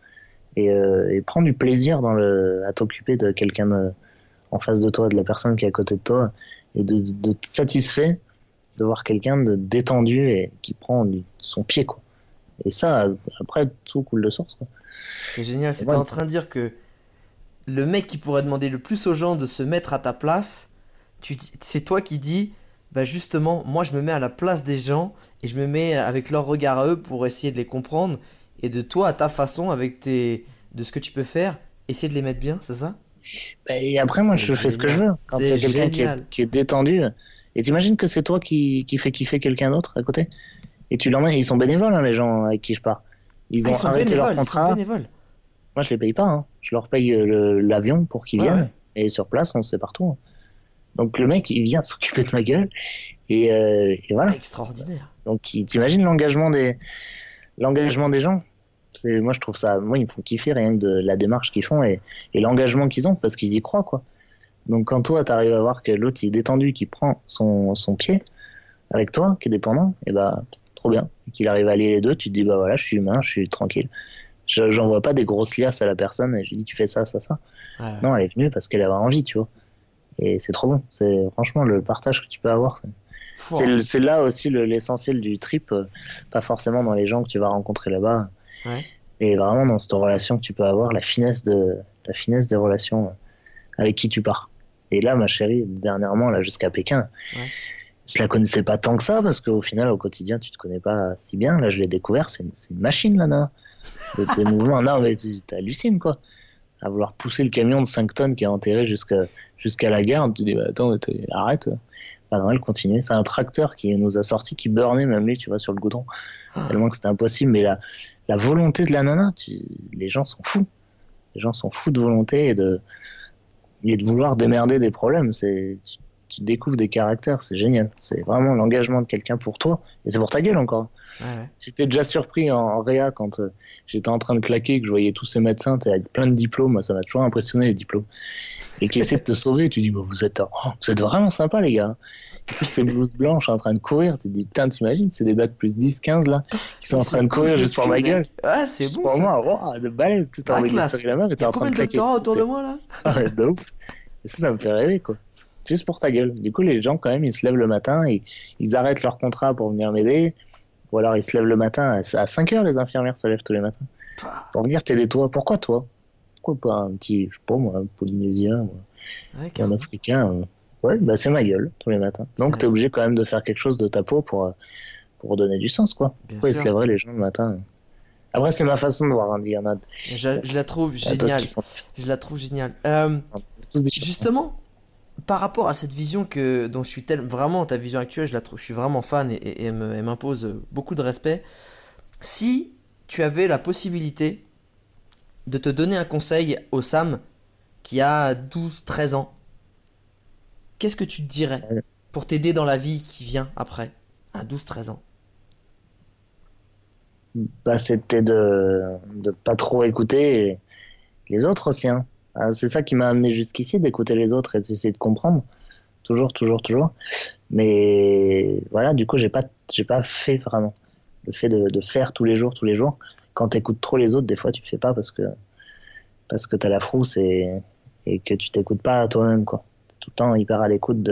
Et prends du plaisir à t'occuper de quelqu'un en face de toi, de la personne qui est à côté de toi, et de te satisfait de voir quelqu'un de détendu et qui prend son pied, quoi. Et ça, après, tout coule de source, quoi. C'est génial, c'est en train de dire que le mec qui pourrait demander le plus aux gens de se mettre à ta place, c'est toi qui dis, bah justement, moi je me mets à la place des gens et je me mets avec leur regard à eux pour essayer de les comprendre, et de toi à ta façon, de ce que tu peux faire, essayer de les mettre bien, c'est ça? Et après, moi je fais ce que je veux. Quand il y a quelqu'un qui est détendu, et t'imagines que c'est toi qui fait kiffer quelqu'un d'autre à côté, et tu l'emmènes, ils sont bénévoles, hein, les gens avec qui je pars. Ils ont arrêté leur contrat. Moi je les paye pas, hein. Je leur paye l'avion pour qu'ils viennent, et sur place on se sait partout, hein. Donc le mec il vient s'occuper de ma gueule, et voilà. Extraordinaire. Donc t'imagines l'engagement des gens. Moi je trouve ça, moi ils me font kiffer rien que de la démarche qu'ils font et l'engagement qu'ils ont, parce qu'ils y croient, quoi. Donc quand toi t'arrives à voir que l'autre il est détendu, qui prend son pied avec toi, qui est dépendant, et bah trop bien, et qu'il arrive à allier les deux, tu te dis bah voilà, je suis humain, je suis tranquille, j'envoie pas des grosses liasses à la personne et je lui dis tu fais ça. Non, elle est venue parce qu'elle avait envie, tu vois, et c'est trop bon. C'est franchement le partage que tu peux avoir, c'est là aussi l'essentiel du trip, pas forcément dans les gens que tu vas rencontrer là-bas, et vraiment dans cette relation que tu peux avoir, la finesse des relations avec qui tu pars. Et là, ma chérie, dernièrement, là, jusqu'à Pékin, je la connaissais pas tant que ça, parce qu'au final, au quotidien, tu te connais pas si bien. Là, je l'ai découvert, c'est une machine, là, non. Des mouvements, non, mais tu hallucines, quoi. À vouloir pousser le camion de 5 tonnes qui est enterré jusqu'à la gare, tu te dis, bah, attends, arrête. Bah non, elle continue. C'est un tracteur qui nous a sorti, qui burnait même lui, tu vois, sur le goudron. Tellement que c'était impossible. Mais la volonté de la nana, les gens sont fous. Les gens sont fous de volonté et de vouloir démerder des problèmes. Tu découvres des caractères, c'est génial. C'est vraiment l'engagement de quelqu'un pour toi, et c'est pour ta gueule encore. J'étais déjà surpris en réa quand j'étais en train de claquer, que je voyais tous ces médecins avec plein de diplômes. Ça m'a toujours impressionné, les diplômes, et qui essaient de te sauver. Tu dis bah, vous êtes vraiment sympas, les gars. Et toutes ces blouses blanches en train de courir, tu te dis putain, t'imagines, c'est des bacs plus 10, 15 là, qui sont en train de courir juste pour ma gueule. Ah, c'est bon, pour ça. Moi, de balèze, tu t'as envie de serrer la main, mais t'es en train de claquer. Il y a combien de doctorats autour de moi là? Ah, de ouf. Et ça me fait rêver, quoi. Juste pour ta gueule. Du coup, les gens, quand même, ils se lèvent le matin, et ils arrêtent leur contrat pour venir m'aider. Ou alors, ils se lèvent le matin à 5 heures, les infirmières se lèvent tous les matins. Pour venir t'aider, toi. Pourquoi toi? Pourquoi pas un petit, je sais pas moi, un Polynésien, un Africain? Ouais, bah c'est ma gueule, tous les matins. Donc, t'es obligé quand même de faire quelque chose de ta peau pour donner du sens, quoi. Pourquoi ils se lèveraient, les gens, le matin? Après, c'est ma façon de voir, hein. Il y en a. Je la trouve géniale. Je la trouve géniale. Justement, par rapport à cette vision dont je suis vraiment ta vision actuelle, je suis vraiment fan et elle m'impose beaucoup de respect. Si tu avais la possibilité de te donner un conseil au Sam qui a 12-13 ans, qu'est-ce que tu te dirais pour t'aider dans la vie qui vient après, à 12-13 ans? Bah, c'était de pas trop écouter les autres aussi, hein. C'est ça qui m'a amené jusqu'ici, d'écouter les autres et d'essayer de comprendre. Toujours, toujours, toujours. Mais voilà, du coup, j'ai pas fait vraiment. Le fait de faire tous les jours. Quand t'écoutes trop les autres, des fois, tu fais pas parce que t'as la frousse et que tu t'écoutes pas toi-même, quoi. T'es tout le temps hyper à l'écoute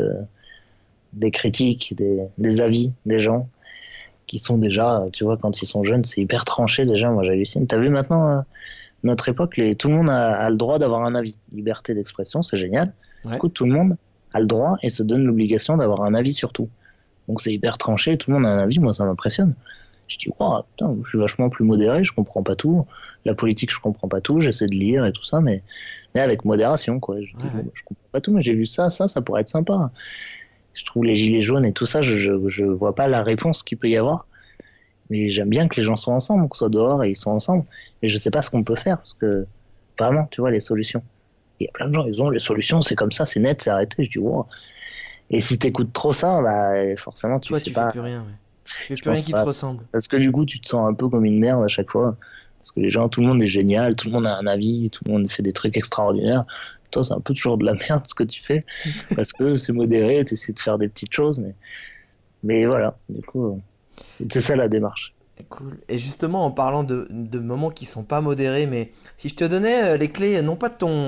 des critiques, des avis des gens qui sont déjà, tu vois, quand ils sont jeunes, c'est hyper tranché déjà. Moi, j'hallucine. T'as vu maintenant, notre époque, tout le monde a le droit d'avoir un avis. Liberté d'expression, c'est génial. Ouais. Du coup, tout le monde a le droit et se donne l'obligation d'avoir un avis sur tout. Donc, c'est hyper tranché. Tout le monde a un avis. Moi, ça m'impressionne. Je dis, wow, putain, je suis vachement plus modéré. Je comprends pas tout. La politique, je comprends pas tout. J'essaie de lire et tout ça, mais avec modération, quoi. Je dis, bon, je comprends pas tout, mais j'ai vu ça pourrait être sympa. Je trouve les gilets jaunes et tout ça, je vois pas la réponse qu'il peut y avoir. Mais j'aime bien que les gens soient ensemble, qu'on soit dehors et ils sont ensemble. Mais je sais pas ce qu'on peut faire, parce que vraiment, tu vois, les solutions. Il y a plein de gens, ils ont les solutions, c'est comme ça, c'est net, c'est arrêté. Je dis, wow. Et si t'écoutes trop ça, bah, forcément, Toi, tu fais plus rien, ouais. Tu fais plus rien qui te ressemble. Parce que du coup, tu te sens un peu comme une merde à chaque fois. Parce que les gens, tout le monde est génial, tout le monde a un avis, tout le monde fait des trucs extraordinaires. Toi, c'est un peu toujours de la merde ce que tu fais. Parce que c'est modéré, tu essaies de faire des petites choses. Mais voilà, du coup, c'était ça la démarche. Cool. Et justement, en parlant de moments qui sont pas modérés, mais si je te donnais les clés, non pas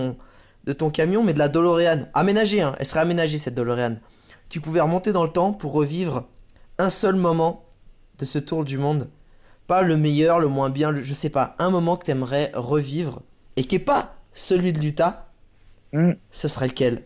de ton camion, mais de la DeLorean, aménagée, hein, elle serait aménagée cette DeLorean. Tu pouvais remonter dans le temps pour revivre un seul moment de ce tour du monde. Pas le meilleur, le moins bien, je sais pas. Un moment que t'aimerais revivre et qui est pas celui de l'Utah. Ce serait lequel?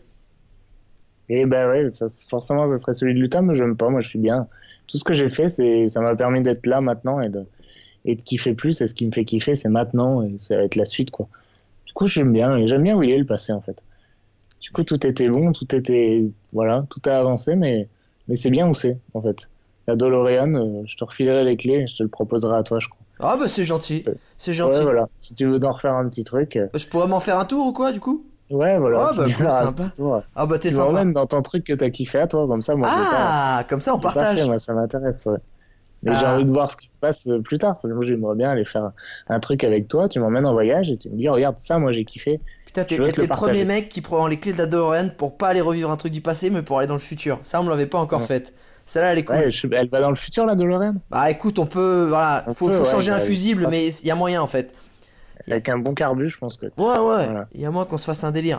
Et ben ouais, forcément, ça serait celui de l'Utah, mais j'aime pas, moi je suis bien. Tout ce que j'ai fait, ça m'a permis d'être là maintenant et de kiffer plus. Et ce qui me fait kiffer, c'est maintenant et ça va être la suite, quoi. Du coup, j'aime bien où il est le passé, en fait. Du coup, tout était bon, voilà, tout a avancé, mais c'est bien où c'est, en fait. La DeLorean, je te refilerai les clés et je te le proposerai à toi, je crois. Ah bah c'est gentil, c'est gentil. Ouais, voilà. Si tu veux en refaire un petit truc. Je pourrais m'en faire un tour ou quoi, du coup? Ouais, voilà. Ah bah cool, sympa. Ah bah t'es sympa. Tu m'emmènes dans ton truc que t'as kiffé à toi, comme ça, moi. Comme ça on partage. Moi, ça m'intéresse, ouais. Mais j'ai envie de voir ce qui se passe plus tard. Moi, j'aimerais bien aller faire un truc avec toi. Tu m'emmènes en voyage et tu me dis, regarde ça, moi j'ai kiffé. Putain, t'es le premier mec qui prend les clés de la DeLorean pour pas aller revivre un truc du passé, mais pour aller dans le futur. Ça, on me l'avait pas encore faite. Celle-là, elle est cool. Ouais, elle va dans le futur, la DeLorean? Bah écoute, on peut. Voilà, faut changer un fusible, mais il y a moyen en fait. Avec un bon carbu, je pense que. Ouais, voilà. Il y a moyen qu'on se fasse un délire.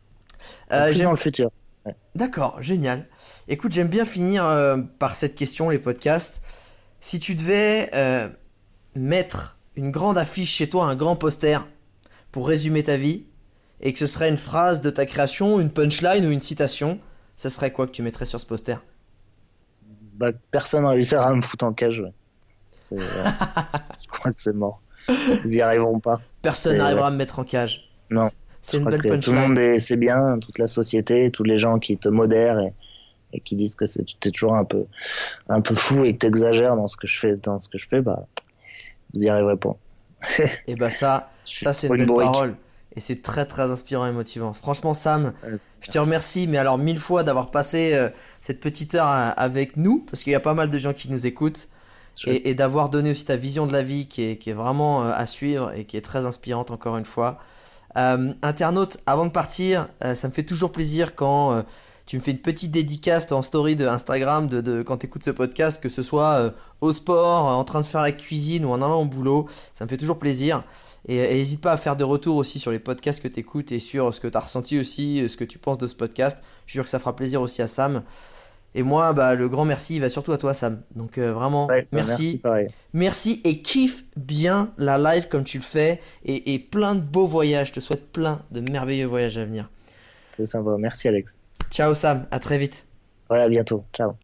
Dans le futur. Ouais. D'accord, génial. Écoute, j'aime bien finir par cette question, les podcasts. Si tu devais mettre une grande affiche chez toi, un grand poster pour résumer ta vie, et que ce serait une phrase de ta création, une punchline ou une citation, ça serait quoi que tu mettrais sur ce poster? Bah, personne réussira à me foutre en cage. Ouais. Je crois que c'est mort. Ils y arriveront pas. Personne n'arrivera à me mettre en cage. Non. C'est une belle punchline. Tout le monde c'est bien, toute la société, tous les gens qui te modèrent et qui disent que t'es toujours un peu fou et que t'exagères dans ce que je fais, bah, vous y arriverez pas. Et bah ça c'est une belle parole. Et c'est très très inspirant et motivant. Franchement Sam, je te remercie, mais alors 1000 fois d'avoir passé cette petite heure avec nous, parce qu'il y a pas mal de gens qui nous écoutent, et d'avoir donné aussi ta vision de la vie qui est vraiment à suivre et qui est très inspirante encore une fois. Internaute, avant de partir, ça me fait toujours plaisir quand tu me fais une petite dédicace en story de Instagram quand tu écoutes ce podcast, que ce soit au sport, en train de faire la cuisine ou en allant au boulot. Ça me fait toujours plaisir. Et n'hésite pas à faire des retours aussi sur les podcasts que tu écoutes et sur ce que tu as ressenti aussi, ce que tu penses de ce podcast. Je suis sûr que ça fera plaisir aussi à Sam. Et moi, bah, le grand merci va surtout à toi, Sam. Donc vraiment, merci. Merci et kiffe bien la live comme tu le fais. Et plein de beaux voyages. Je te souhaite plein de merveilleux voyages à venir. C'est sympa. Merci, Alex. Ciao, Sam. À très vite. Ouais, à bientôt. Ciao.